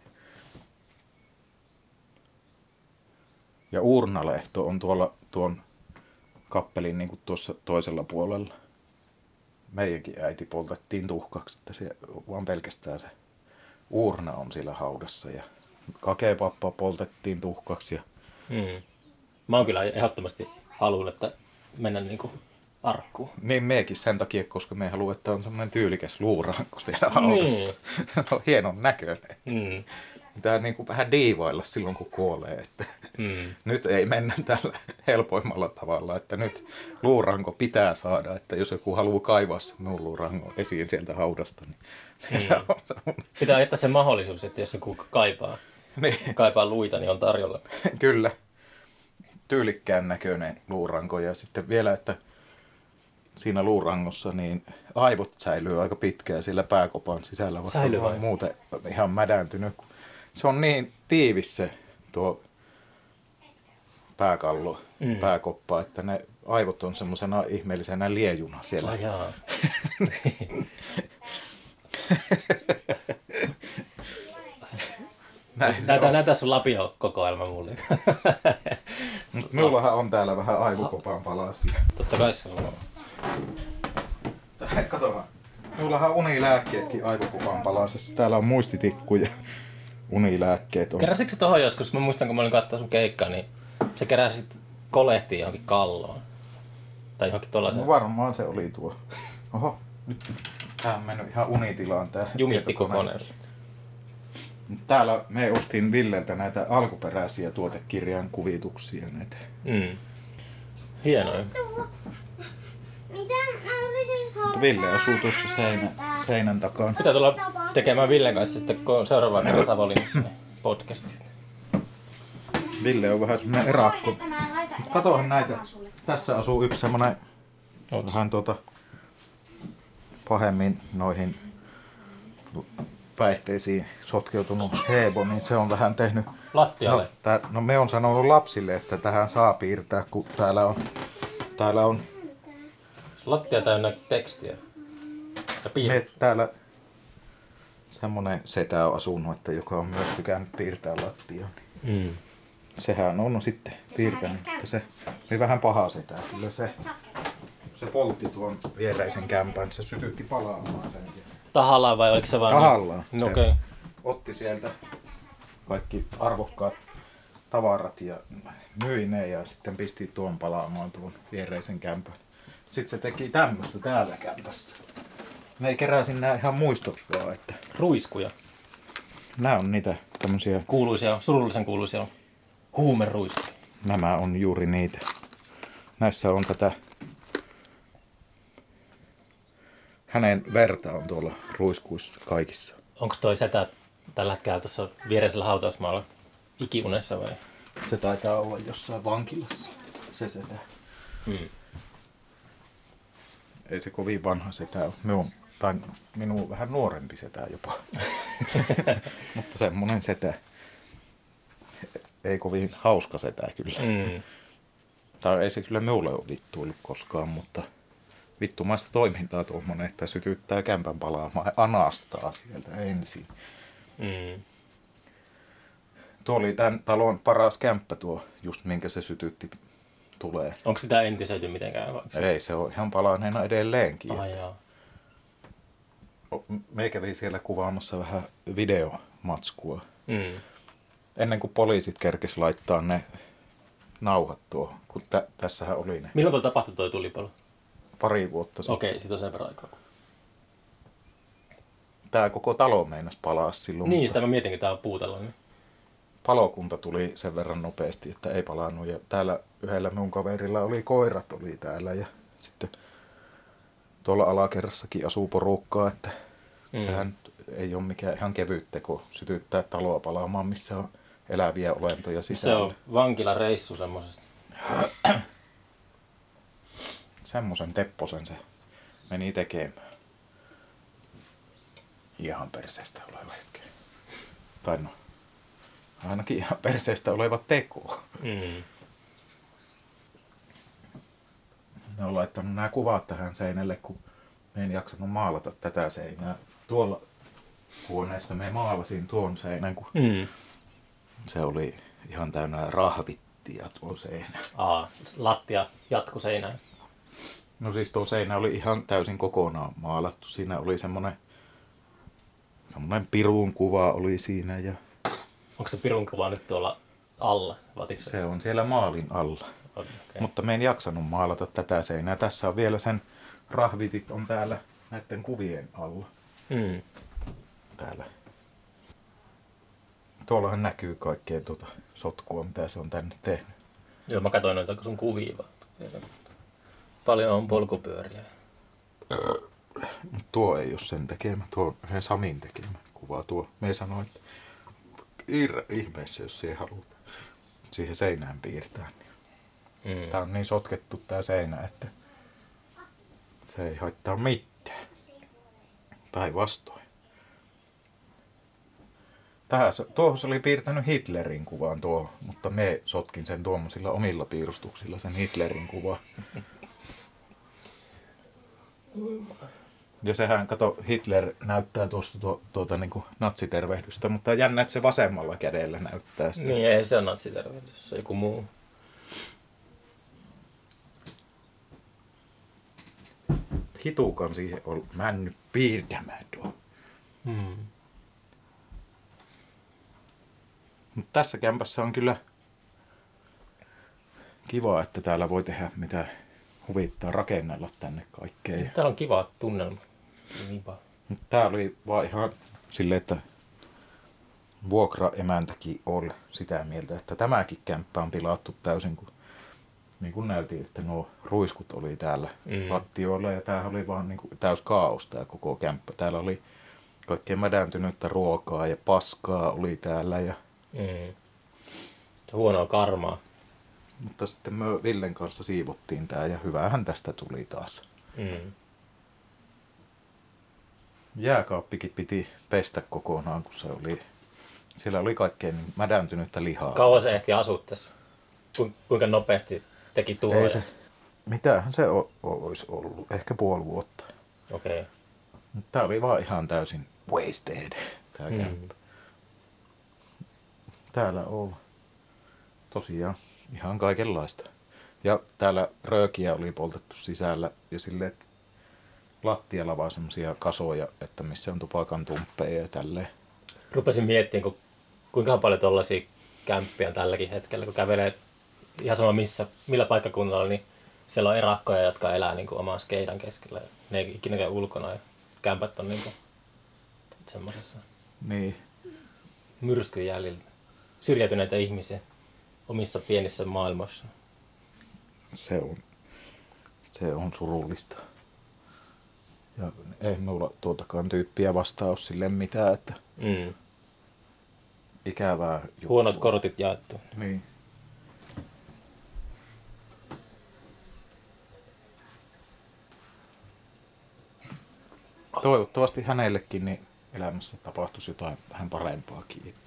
Ja uurnalehto on tuolla tuon kappelin niin kuin tuossa toisella puolella. Meidänkin äiti poltettiin tuhkaksi, että se vaan pelkästään se uurna on siellä haudassa ja Kakepappa poltettiin tuhkaksi. Mä oon kyllä ehdottomasti halunnut, että mennä niinku arkkuun. Niin mekin sen takia, koska me haluamme, että on semmoinen tyylikäs luurankos vielä autossa. Niin. On hienon näköinen. Mm. Pitää niinku vähän diivailla silloin, kun kuolee. Että nyt ei mennä tällä helpoimmalla tavalla, että nyt luuranko pitää saada, että jos joku haluaa kaivaa sen minun luurangon esiin sieltä haudasta, niin siellä on semmoinen. Pitää jättää se mahdollisuus, että jos joku kaipaa luita, niin on tarjolla. Kyllä. Tyylikkään näköinen luuranko ja sitten vielä, että siinä luurangossa niin aivot säilyy aika pitkään siellä pääkopan sisällä, vaikka on muuten ihan mädäntynyt. Se on niin tiivis se tuo pääkallo, pääkoppa, että ne aivot on semmoisena ihmeellisenä liejuna siellä. Näytä sun Lapio-kokoelma mulle. Minullahan on täällä vähän aivokopan palasia. Totta kai se on. Katsotaan. Minullahan on unilääkkeetkin aivokopan palasessa. Täällä on muistitikku ja unilääkkeet on. Keräsitkö sä tohon joskus? Mä muistan, kun mä olin katsoa sun keikkaa, niin se keräsit kolehtiin johonkin kalloon. Tai johonkin tollaiseen. No varmaan se oli tuo. Oho, nyt tää on mennyt ihan unitilaan tää Jumittikokoneen. Täällä me ostin Villeltä näitä alkuperäisiä tuotekirjan kuvituksia. Näitä. Hienoja. Mitä mä yritin saada? Ville asuu tuossa seinän takana. Pitää tulla tekemään Villen kanssa sitten, kun on seuraavalla kerran Savonlinnassa niin podcastit. Ville on vähän semmonen erakko. Katohan näitä. Tässä asuu yksi semmonen vähän pahemmin noihin päihteisiin sotkeutunut Hebo, niin se on vähän tehnyt. Lattialle. No me on sanonut lapsille, että tähän saa piirtää, kun täällä on Lattia täynnä tekstiä. Ja me täällä semmonen setä on asunut, että joka on myös tykännyt piirtää lattiaa. Sehän on sitten piirtänyt, että se oli vähän paha setä. Kyllä se poltti tuon viereisen kämpän, se sytytti palaamaan sen. Tahallaan vai oliko se vaan? Tahallaan. No, okei. Otti sieltä kaikki arvokkaat tavarat ja myi ne ja sitten pisti tuon palaamaan tuon viereisen kämpän. Sitten se teki tämmöstä täällä kämpässä. Me keräsin nää ihan muistoksi vaan, että Ruiskuja. nää on niitä tämmösiä. Kuuluisia, surullisen kuuluisia huumeruiskuja. Nämä on juuri niitä. Näissä on tätä. Hänen verta on tuolla ruiskuissa kaikissa. Onko toi setä tällä hetkellä tuossa viereisellä hautausmaalla ikiunessa vai? Se taitaa olla jossain vankilassa, se setä. Ei se kovin vanha setä ole. Minun vähän nuorempi setä jopa. Mutta semmonen setä. Ei kovin hauska setä kyllä. Tai ei se kyllä minulle ole vittuillut koskaan, mutta vittumaista toimintaa tuommoinen, että sytyttää kämpän palaamaan ja anastaa sieltä ensin. Tuo oli tämän talon paras kämppä tuo, just minkä se sytytti tulee. Onko sitä entisöity mitenkään? Ei, se on ihan palaneena edelleenkin. Jaa. Me kävi siellä kuvaamassa vähän videomatskua. Ennen kuin poliisit kerkes laittaa ne nauhat tuohon, kun tässähän oli ne. Milloin tapahtui toi tulipalo? Pari vuotta sitten. Okei, sit on sen verran aikaa. Tää koko talo meinas palaa silloin. Niin, sitä mä mietinkin, tää on puutalo. Niin. Palokunta tuli sen verran nopeasti, että ei palannut. Ja täällä yhdellä minun kaverilla oli koirat oli täällä ja sitten tuolla alakerrassakin asuu porukkaa, että sehän ei ole mikään ihan kevyt teko sytyttää taloa palaamaan, missä on eläviä olentoja sisällä. Se on vankilareissu semmosesta. Semmoisen tepposen se meni tekemään. Ihan perseestä oleva hetki. Tai no, ainakin ihan perseestä oleva teko. Ne on laittanut nämä kuvat tähän seinälle, kun me en jaksanut maalata tätä seinää. Tuolla huoneessa me maalasin tuon seinän, kun se oli ihan täynnä rahvittia tuo seinä. Lattia jatkuseinään. No siis tuo seinä oli ihan täysin kokonaan maalattu. Siinä oli semmonen pirun kuva oli siinä ja Onko Onko se pirun kuva nyt tuolla alla? Vaatiko Se on siellä maalin alla. Okay. Mutta me en jaksanut maalata tätä seinää. Tässä on vielä sen rahvitit on täällä näiden kuvien alla. Täällä. Tuollahan näkyy kaikkea tuota sotkua, mitä se on tänne tehnyt. Joo, mä katsoin noita sun kuvia vaan. Paljon on polkupyöriä. Mut tuo ei ole sen tekemä. Tuo on yhden Samin tekemä kuva. Tuo. Me sanoin, että piirrä ihmeessä, jos siihen haluat siihen seinään piirtää. Tää on niin sotkettu tää seinä, että se ei haittaa mitään. Päinvastoin. Tuohon se oli piirtänyt Hitlerin kuvaan tuo, mutta me sotkin sen tuommoisilla omilla piirustuksilla sen Hitlerin kuvaan. Ja sehän, kato, Hitler näyttää tuosta tuota niin kuin natsitervehdystä, mutta jännä, että se vasemmalla kädellä näyttää sitä. Niin, ei se ole natsitervehdys, se on joku muu. Hitukan siihen on mennyt piirtämään tuo. Mut tässä kämpässä on kyllä kiva, että täällä voi tehdä mitä huvittaa, rakennella tänne kaikkea. Täällä on kiva tunnelma. Tää oli vaan ihan silleen, että vuokraemäntäkin oli sitä mieltä, että tämäkin kämppä on pilattu täysin, kun niin kuin näytin, että nuo ruiskut oli täällä lattioilla ja tämähän oli vaan niin kuin täys kaos tää koko kämppä. Täällä oli kaikkea mädäntynyttä ruokaa ja paskaa oli täällä. Ja huonoa karmaa. mutta sitten me Villen kanssa siivottiin tää ja hyvähän tästä tuli taas. Jääkaappikin piti pestä kokonaan, kun siellä oli kaikkein mädäntynyttä lihaa. Kauan se ehti asua tässä? Kuinka nopeasti teki tuhoja? Mitähän se olisi ollut? Ehkä puoli vuotta. Okei. Okay. Tää oli vaan ihan täysin wasted, tää kämppä. Täällä on tosiaan ihan kaikenlaista. Ja täällä röökiä oli poltettu sisällä ja silleen, että lattialla vaan semmosia kasoja, että missä on tupakan tumppeja ja tälleen. Rupesin miettimään, kuinka paljon tollaisia kämppiä on tälläkin hetkellä, kun kävelee ihan sama millä paikkakunnalla, niin siellä on erakkoja, jotka elää niin kuin oman skeidan keskellä. Ne ei ikinä käy ulkona ja kämpät on niin kuin semmoisessa myrskyn jäljellä. Syrjäytyneitä ihmisiä omissa pienissä maailmoissa. Se on surullista. Ja ei minulla tuotakaan tyyppiä vastaan ole silleen mitään, että ikävää juttua. Huonot kortit jaettu. Niin. Toivottavasti hänellekin niin elämässä tapahtuisi jotain vähän parempaakin. Että.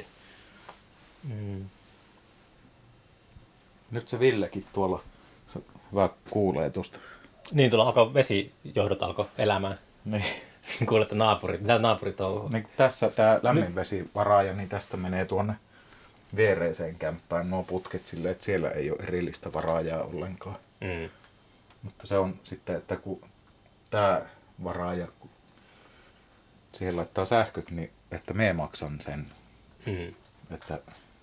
Nyt se Villekin tuolla hyvä kuulee tuosta. Niin, tuolla vesijohdot alkoi elämään. Niin. Kuulette mitä naapurit touhuu. Niin tässä tää lämminvesivaraaja, niin tästä menee tuonne viereiseen kämppään nuo putket silleen, että siellä ei ole erillistä varaajaa ollenkaan. Mutta se on sitten, että kun tää varaaja, kun siihen laittaa sähköt, niin että me maksan sen. Että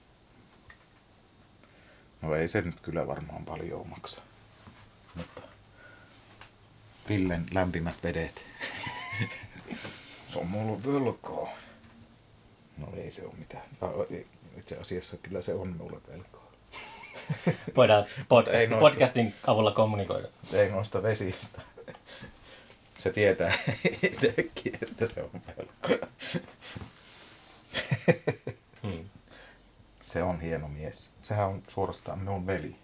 no ei se nyt kyllä varmaan paljon maksa. Mutta Villen lämpimät vedet. Se on mulla velkaa. No ei se ole mitään. Itse asiassa kyllä se on mulle velkaa. Voidaan podcastin avulla kommunikoida. Ei noista vesistä. Se tietää itsekin, että se on velkaa. Se on hieno mies. Sehän on suorastaan minun veli.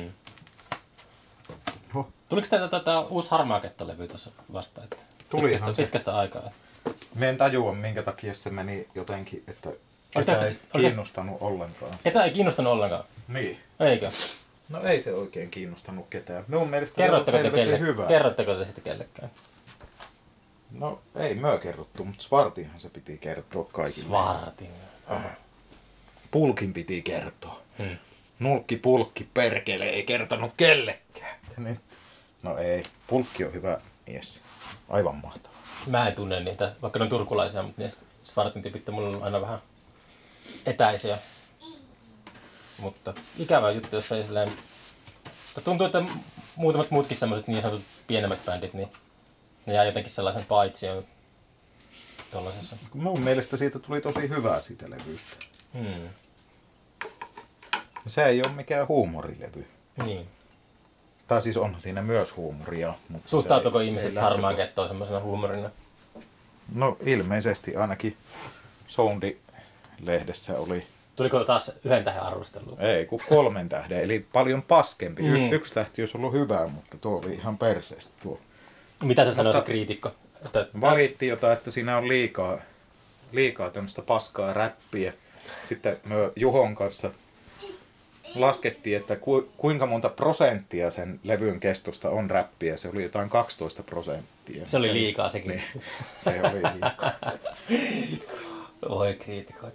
Tuliko teiltä tätä uusi Harmaaketto-levy tuossa vastaan? Pitkästä aikaa. Mä en tajua, minkä takia se meni jotenkin, että ketä ei kiinnostanut ollenkaan. Ketä ei kiinnostanut ollenkaan? Niin. Eikö? No ei se oikein kiinnostanut ketään. Minun mielestä se on helvetin hyvä. Kerrotteko te sitten kellekään? No ei myö kerrottu, mutta Svartinhan se piti kertoa kaikille. Svartin. Pulkin piti kertoa. Nulkki pulkki perkele ei kertonut kellekään. No ei, Pulkki on hyvä mies. Aivan mahtava. Mä en tunne niitä, vaikka ne on turkulaisia, mutta ne Svartin tipit on mulle aina vähän etäisiä. Mutta ikävä juttu, jos ei silleen... Tuntuu, että muutamat muutkin semmoiset niin sanotut pienemmät bändit, niin ne jää jotenkin sellaisen paitsioon tuollaisessa. Mun mielestä siitä tuli tosi hyvää siitä levystä. Hmm. Se ei ole mikään huumorilevy. Niin. Tai siis on siinä myös huumoria. Mutta Suhtautuuko ei ihmiset lähtö- Harmaan Gettoon semmoisena huumorina? No ilmeisesti ainakin Soundi-lehdessä oli, Tuliko taas 1 tähden arvostelua? ei kun 3 tähden, eli paljon paskempi. 1 tähti olisi ollut hyvä, mutta tuo oli ihan perseestä tuo. Mitä se sanoi se kriitikko? Että, Valitti jotain, että siinä on liikaa tämmöistä paskaa räppiä. Sitten me Juhon kanssa laskettiin, että kuinka monta prosenttia sen levyn kestosta on räppiä. Se oli jotain 12%. se oli liikaa sekin. Niin, se oli liikaa. Oi kriitikoita.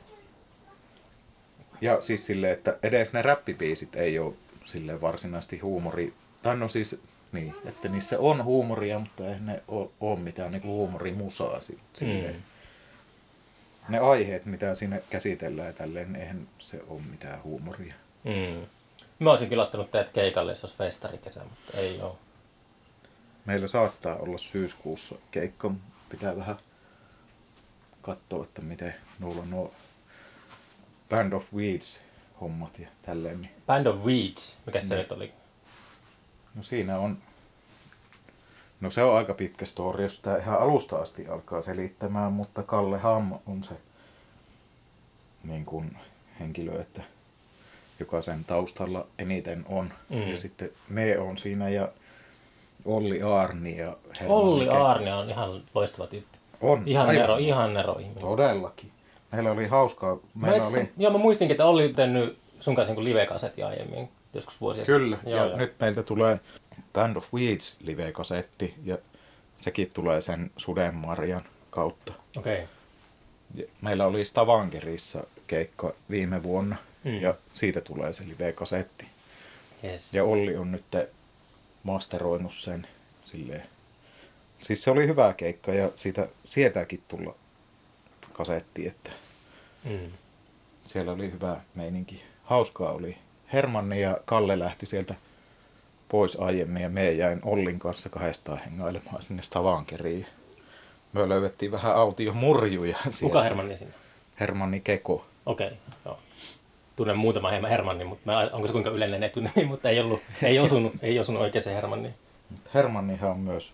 Ja siis silleen, että edes ne räppibiisit ei ole silleen varsinaisesti huumori. Tai no siis niin, että niissä on huumoria, mutta ei ne ole mitään niinku huumorimusaa silleen. Ne aiheet, mitä siinä käsitellään ja tälleen, niin eihän se ole mitään huumoria. Mä olisin kyllä ottanut teidät keikalle, jos olisi festarikesä, mutta ei oo. Meillä saattaa olla syyskuussa keikka. Pitää vähän katsoa, että miten nulla on nuo Band of Weeds hommat ja tälleen. Niin. Band of Weeds, mikä se nyt oli? No siinä on, no se on aika pitkä story, jos sitä ihan alusta asti alkaa selittämään, mutta Kalle Ham on se niin kuin henkilö, että joka sen taustalla eniten on. Ja sitten me on siinä ja Olli Aarni ja Hermanni Olli Aarni on ihan loistava tyyppi. On, Ihan nero ihminen. todellakin. Meillä oli hauskaa. Mä muistinkin, että Olli on tehnyt sun kanssa niin live-kasetti aiemmin, joskus vuosia Kyllä, sitten. ja nyt meiltä tulee Band of Weeds live-kasetti, ja sekin tulee sen Sudenmarjan kautta. Okei. Ja meillä oli Stavangerissa keikka viime vuonna, ja siitä tulee se live-kasetti. Yes. Ja Olli on nyt masteroinut sen silleen. Siis se oli hyvä keikka, ja siitä sietääkin tulla kasetti, että siellä oli hyvä meininki. Hauskaa oli. Hermanni ja Kalle lähti sieltä pois aiemmin ja me jäin Ollin kanssa 2 hengailemaan sinne Stavankeriin. Me löydettiin vähän autiomurjuja sieltä. Kuka Hermanni sinne? Hermanni Keko. Okei, joo. Tunnen muutama hieman Hermanni, mutta onko se kuinka yleinen etunimi, mutta ei osunut oikein se Hermanni. Hermannihan on myös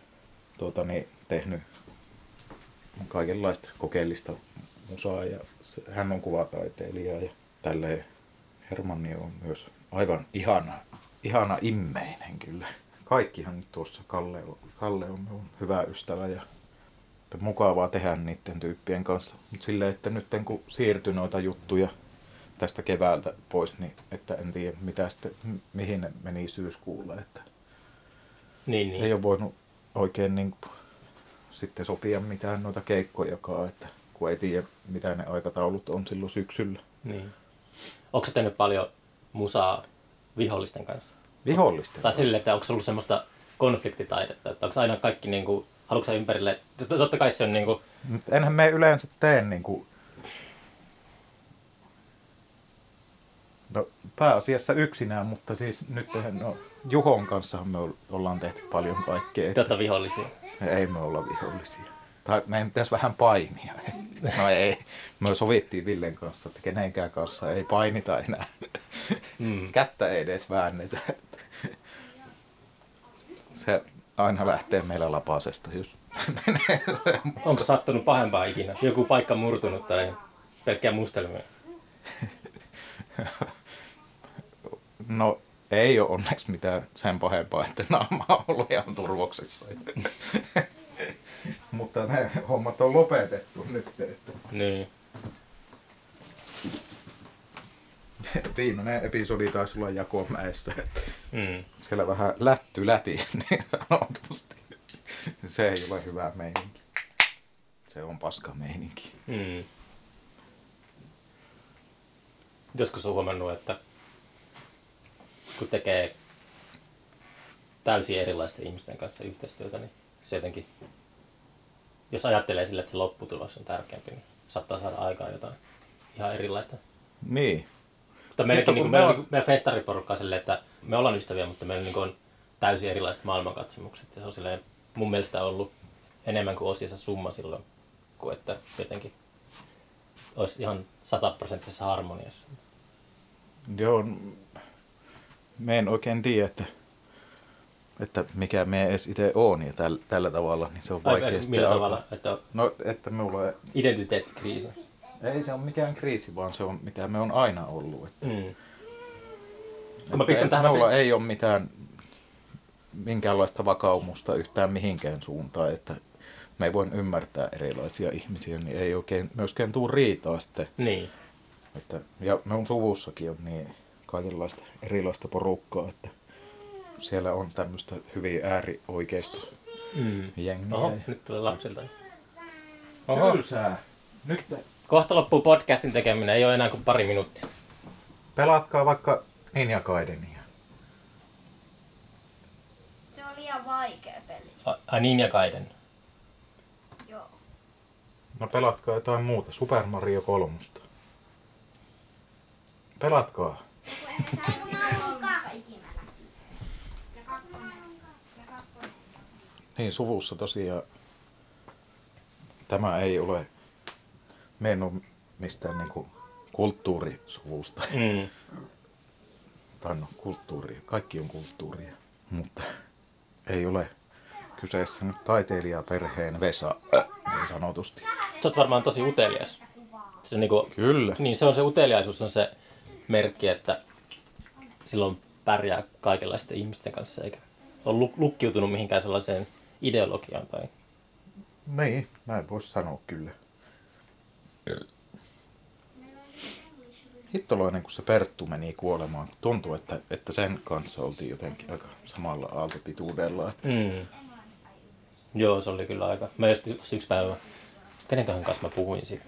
tehnyt kaikenlaista kokeellista musaa ja hän on kuvataiteilija ja tälleen. Hermanni on myös aivan ihana immeinen kyllä. Kaikkihan nyt tuossa Kalle on hyvä ystävä ja mukavaa tehdä niiden tyyppien kanssa. Mutta silleen, että nyt kun siirtyi noita juttuja tästä keväältä pois, niin että en tiedä mihin ne meni syyskuulle. Että Niin. ei ole voinut oikein niin sitten sopia mitään noita keikkojakaan, että kun ei tiedä mitä ne aikataulut on silloin syksyllä. Niin. Onko sä tehnyt paljon musaa vihollisten kanssa? Vihollisten Tai sille, että onko se ollut semmoista konfliktitaidetta, että onko aina kaikki niinku, haluatko sä ympärille, totta kai se on niinku... Enhän me yleensä tee niinku... No pääasiassa yksinään, mutta siis nyt Juhon kanssa me ollaan tehty paljon kaikkea. Te olette vihollisia. Ei me olla vihollisia. Tai meidän pitäisi vähän painia. No ei. Me sovittiin Villen kanssa, että kenenkään kanssa ei painita enää. Kättä ei edes väännetä. Se aina lähtee meillä lapasesta, jos menee. Onko sattunut pahempaa ikinä? Joku paikka murtunut tai pelkkää mustelmia? No ei ole onneksi mitään sen pahempaa, että naama on ollut ihan turvoksissa. Mutta ne hommat on lopetettu nyt. Että Niin. viimeinen episodi taisi olla Jakomäessä. Siellä vähän lätti, niin sanotusti. Se ei ole hyvä meininki. Se on paska meininki. Joskus on huomannut, että kun tekee täysin erilaisten ihmisten kanssa yhteistyötä, niin se jotenkin, jos ajattelee sille, että se lopputulos on tärkeämpi, niin saattaa saada aikaan jotain ihan erilaista. Niin. Mutta meilläkin niin meillä on meidän festariporukka silleen, että me ollaan ystäviä, mutta meillä niin on täysin erilaiset maailmankatsomukset. Ja se on silleen, mun mielestä ollut enemmän kuin osiensa summa silloin, kuin että jotenkin olisi ihan 100% harmoniassa. Joo, me en oikein tiedä, että mikä me edes itse on ja tällä tavalla, niin se on vaikea sitten millä tavalla? Että no, että minulla ei... Identiteettikriisi. Ei se ole mikään kriisi, vaan se on mitä me on aina ollut. Että, Mä pistän tähän, minulla ei ole minkäänlaista vakaumusta yhtään mihinkään suuntaan, että me ei voi ymmärtää erilaisia ihmisiä, niin ei oikein myöskään tule riitaa sitten. Niin. Että, ja minun suvussakin on niin kaikenlaista erilaista porukkaa, että siellä on tämmöistä hyvin äärioikeista jengiä. Oho, nyt tulee lapsilta. Tylsää. Nyt Kohta loppuu podcastin tekeminen, ei ole enää kuin pari minuuttia. pelatkaa vaikka Ninja Gaidenia. Se on liian vaikea peli. Ai Ninja Gaiden. Joo. No pelatkaa jotain muuta, Super Mario 3. Pelatkaa. Saanko mä oon ikinä läpi? Ja kakkonen. Niin, suvussa tosiaan tämä ei ole, me en ole mistään niinku kulttuurisuvusta. Tai no, kulttuuria, kaikki on kulttuuria, mutta ei ole kyseessä nyt taiteilijaperheen Vesa, niin sanotusti. Sä oot varmaan tosi utelias. Se on niinku, Kyllä. niin se on se uteliaisuus on se merkki, että silloin pärjää kaikenlaisten ihmisten kanssa eikä ole lukkiutunut mihinkään sellaiseen ideologiaan tai... Niin, näin voisi sanoa kyllä. Hittolainen, kun se Perttu meni kuolemaan, tuntuu, että sen kanssa oltiin jotenkin aika samalla aaltopituudella. Että... Joo, se oli kyllä aika. Mä just yksi päivä, kenenköhän kanssa mä puhuin siitä?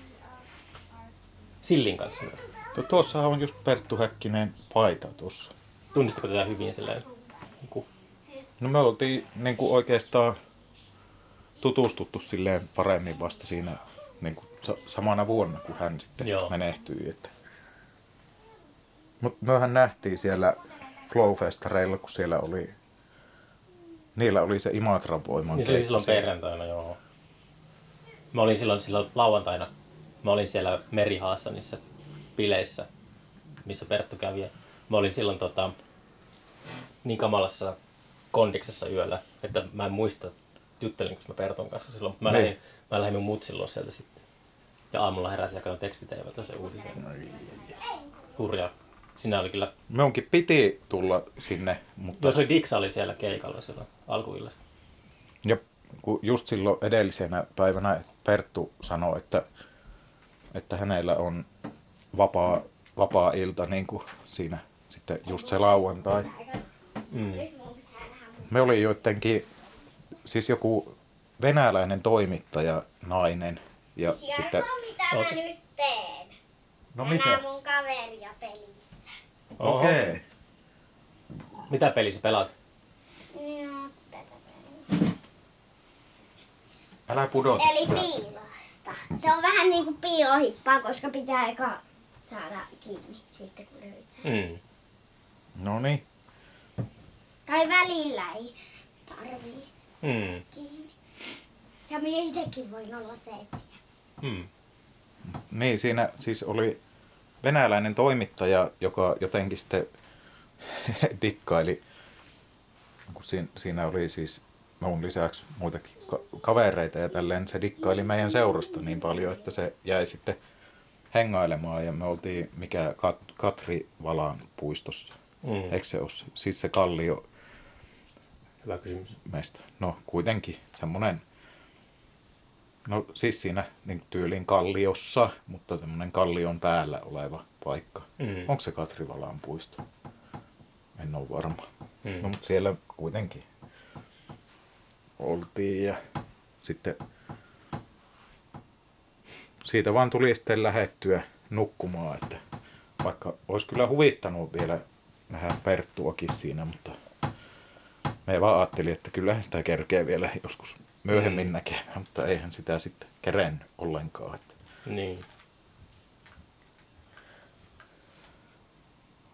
Sillin kanssa. Tuossa on just Perttu Häkkinen paita tuossa. Tunnistako tätä hyvin silleen? No me oltiin niin kuin oikeastaan tutustuttu silleen paremmin vasta siinä niin kuin samana vuonna, kun hän sitten menehtyi. Että... Mutta mehän nähtiin siellä Flow-festareilla, kun siellä oli, niillä oli se Imatran voiman. Niin se oli silloin perjantaina, joo. Mä olin silloin lauantaina, mä olin siellä Merihaassa niissä bileissä, missä Perttu kävi. Ja mä olin silloin niin kamalassa kondiksessa yöllä, että mä en muista, juttelinko mä Pertun kanssa silloin, mutta mä lähdin mun mut silloin sieltä sitten. Ja aamulla heräsin ja katsoin tekstiteivätä se uutisen. Hurjaa. Siinä oli kyllä... Minunkin piti tulla sinne, mutta... Joo, se oli Diksa oli siellä keikalla silloin alkuillasta. Ja kun just silloin edellisenä päivänä Perttu sanoi, että hänellä on vapaa ilta niin kuin siinä sitten just se lauantai. Me oli joidenkin, siis joku venäläinen toimittaja, nainen ja sitten... Mitä mä nyt teen? No Mä mitä? näen mun kaveria pelissä. Okei. Mitä peliä sä pelaat? No, tätä peliä. Älä pudota Eli sitä. piilosta. Se on vähän niinku piilohippaa, koska pitää eka saada kiinni sitten kun löytää. No niin. Tai välillä ei tarvii kiinni. Ja minä itsekin voin olla se etsijä. Niin, siinä siis oli venäläinen toimittaja, joka jotenkin sitten dikkaili, kun siinä oli siis mun lisäksi muitakin kavereita ja tälleen, se dikkaili meidän seurasta niin paljon, että se jäi sitten hengailemaan ja me oltiin Katri Valaan puistossa. Eikö se ole? Siis se kallio. Hyvä kysymys. Meistä. No kuitenkin semmoinen, no siis siinä niin tyyliin kalliossa, mutta semmoinen kallion päällä oleva paikka. Onko se Katrivalaan puisto? En ole varma. No mutta siellä kuitenkin oltiin ja sitten siitä vaan tuli sitten lähettyä nukkumaan, että vaikka olisi kyllä huvittanut vielä nähdä Perttuakin siinä, mutta me vaan ajattelin, että kyllähän sitä kerkee vielä joskus myöhemmin näkemään, mutta eihän sitä sitten kerennyt ollenkaan. Että. Niin.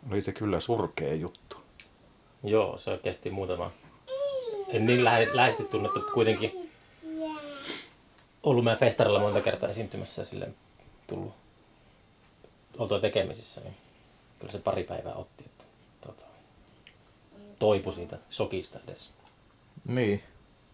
Oli se kyllä surkea juttu. Joo, se kesti muutama. En niin läheisesti tunnettu, mutta kuitenkin ollut meidän festarilla monta kertaa esiintymässä ja silleen tullut oltua tekemisissä, niin kyllä se pari päivää otti, että toipui siitä shokista edes. Niin.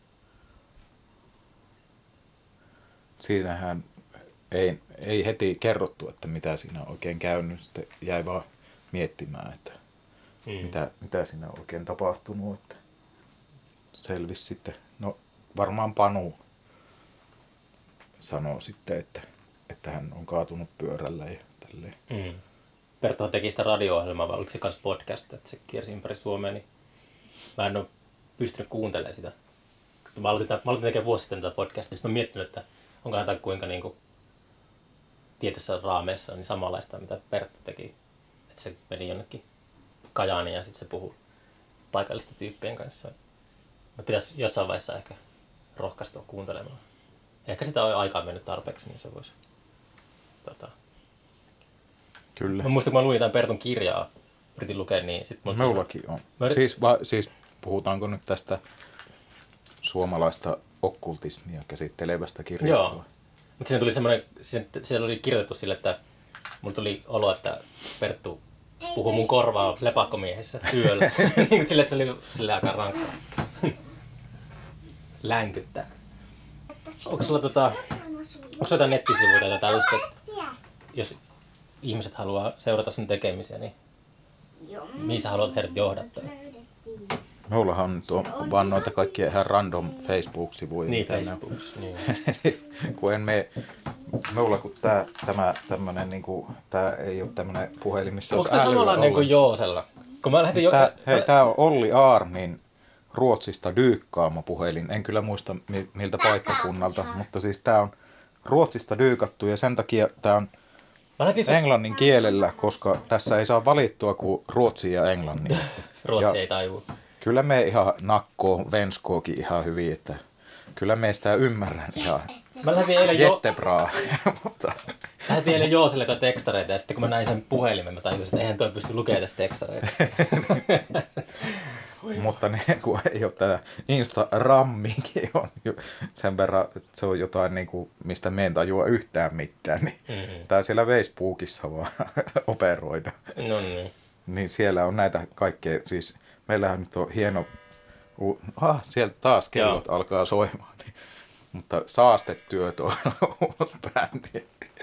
Siinähän ei heti kerrottu, että mitä siinä on oikein käynyt. Sitten jäi vaan miettimään, että mitä siinä on oikein tapahtunut. Että selvisi sitten. No varmaan Panu sanoo sitten, että hän on kaatunut pyörällä ja tälleen. Perttu teki sitä radio-ohjelmaa, vai oliko se myös podcast, että se kiersi ympäri Suomea, niin mä en ole pystynyt kuuntelemaan sitä. Mä aloitin tekemään vuosi sitten tätä podcastia, niin olen miettinyt, että onkohan tämä kuinka niin kuin tietyssä raameissa niin samanlaista, mitä Perttu teki. Että se meni jonnekin Kajaaniin ja sitten se puhui paikallisten tyyppien kanssa. Mä pitäisi jossain vaiheessa ehkä rohkaistua kuuntelemaan. Ehkä sitä on aikaa mennyt tarpeeksi, niin se voisi. Kyllä. Mä muistan, kun mä luin jotain Pertun kirjaa, yritin lukea, niin sitten Minullakin on. Siis puhutaanko nyt tästä suomalaista okkultismia käsittelevästä kirjasta? Joo. Mutta siinä tuli semmoinen, siellä oli kirjoitettu sille, että mulla tuli olo, että Perttu puhui mun korvaa lepakkomiehessä yöllä. Niin sille, että se oli sille aika rankkaa. Länkyttää. Onko sulla jotain nettisivuja tai tällaista, jos ihmiset haluaa seurata sun tekemisiä, niin mihin sä haluat heidät johdattaa? Minullahan nyt on vaan noita kaikkia ihan random Facebook-sivuja. Niin, Facebooks. Niin. Kun en minulla kun tämmönen niinku, tää ei ole tämmönen puhelin, missä onko se samanlainen kuin Joosella? Kun mä lähdin tää on Olli Aarnin Ruotsista dyykkaama puhelin. En kyllä muista miltä paikkakunnalta, mutta siis tää on Ruotsista dyykattu ja sen takia tää on englannin kielellä, koska tässä ei saa valittua kuin ruotsi ja englannin. Ruotsi ei tajuu. Kyllä me ihan nakkoo venskookin ihan hyvin, että kyllä me sitä ymmärrän ihan. Mä lähdin eilen jättebraa. Lähdin eilen Jooselle tätä tekstareita ja sitten kun mä näin sen puhelimen, mä tajusin, että eihän toi pysty lukemaan tästä tekstareita. Mutta ne, kun ei ole tätä Instagrammikin on sen verran, että se on jotain, niin kuin, mistä me en tajua yhtään mitään, niin tää siellä Facebookissa vaan operoida. No niin. Niin siellä on näitä kaikkea, siis meillähän nyt on hieno, sieltä taas kellot alkaa soimaan, niin, mutta Saastetyöt on uusi bändi.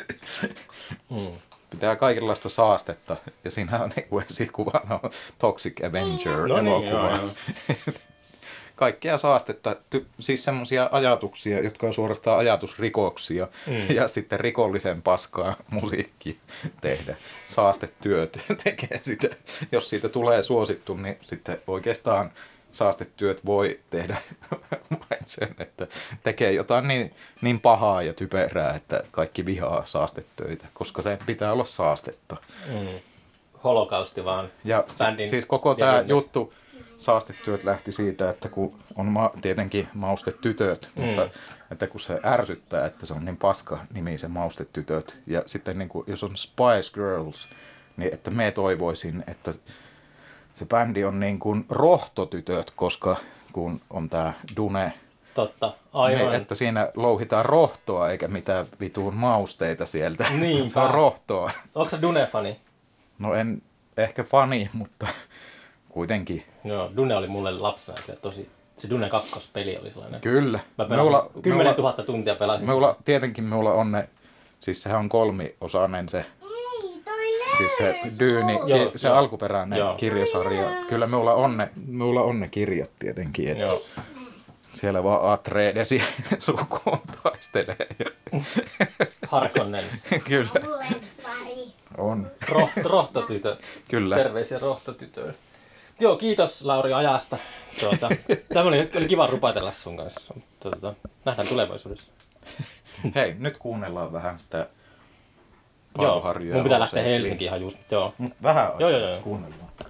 Pitää kaikenlaista saastetta, ja siinä on niin esikuvana on Toxic Avenger-elokuva. Kaikkea saastetta, siis semmoisia ajatuksia, jotka on suorastaan ajatusrikoksia, ja sitten rikollisen paskaa musiikkia tehdä. Saastetyöt tekee sitä. Jos siitä tulee suosittu, niin sitten oikeastaan Saastetyöt voi tehdä vain sen, että tekee jotain niin pahaa ja typerää, että kaikki vihaa saastetöitä, koska sen pitää olla saastetta. Holokausti vaan. Ja siis koko tämä juttu Saastetyöt lähti siitä, että kun on tietenkin Maustetytöt, mutta että kun se ärsyttää, että se on niin paska nimi se Maustetytöt. Ja sitten niin kuin, jos on Spice Girls, niin että me toivoisin, että se bändi on niin kuin Rohtotytöt, koska kun on tää Dune. Totta, aivan. Niin, että siinä louhitaan rohtoa eikä mitään vituun mausteita sieltä. Niinpä. Se on rohtoa. Onko sä Dune-fani? No en ehkä fani, mutta kuitenkin. Joo, Dune oli mulle lapsena kyllä tosi. Se Dune 2-peli oli sellainen. Kyllä. Mä pelasin 10 000 tuntia pelasin. Minulla on ne, siis sehän on kolmiosainen se. Siis se Dyyni, se alkuperäinen kirjasarja. Kyllä minulla on ne kirjat tietenkin. Että siellä vaan Atreidesi sukuun taistelee. Harkonnen. Kyllä. On. Rohtotytö. Kyllä. Terveisiä Rohtotytöön. Joo, kiitos Lauri ajasta. Tämä oli kiva rupatella sun kanssa. Nähdään tulevaisuudessa. Hei, nyt kuunnellaan vähän sitä Joo, mun pitää lähteä Helsinkiin ihan just. Joo. Vähän aikaa joo. kuunnellaan.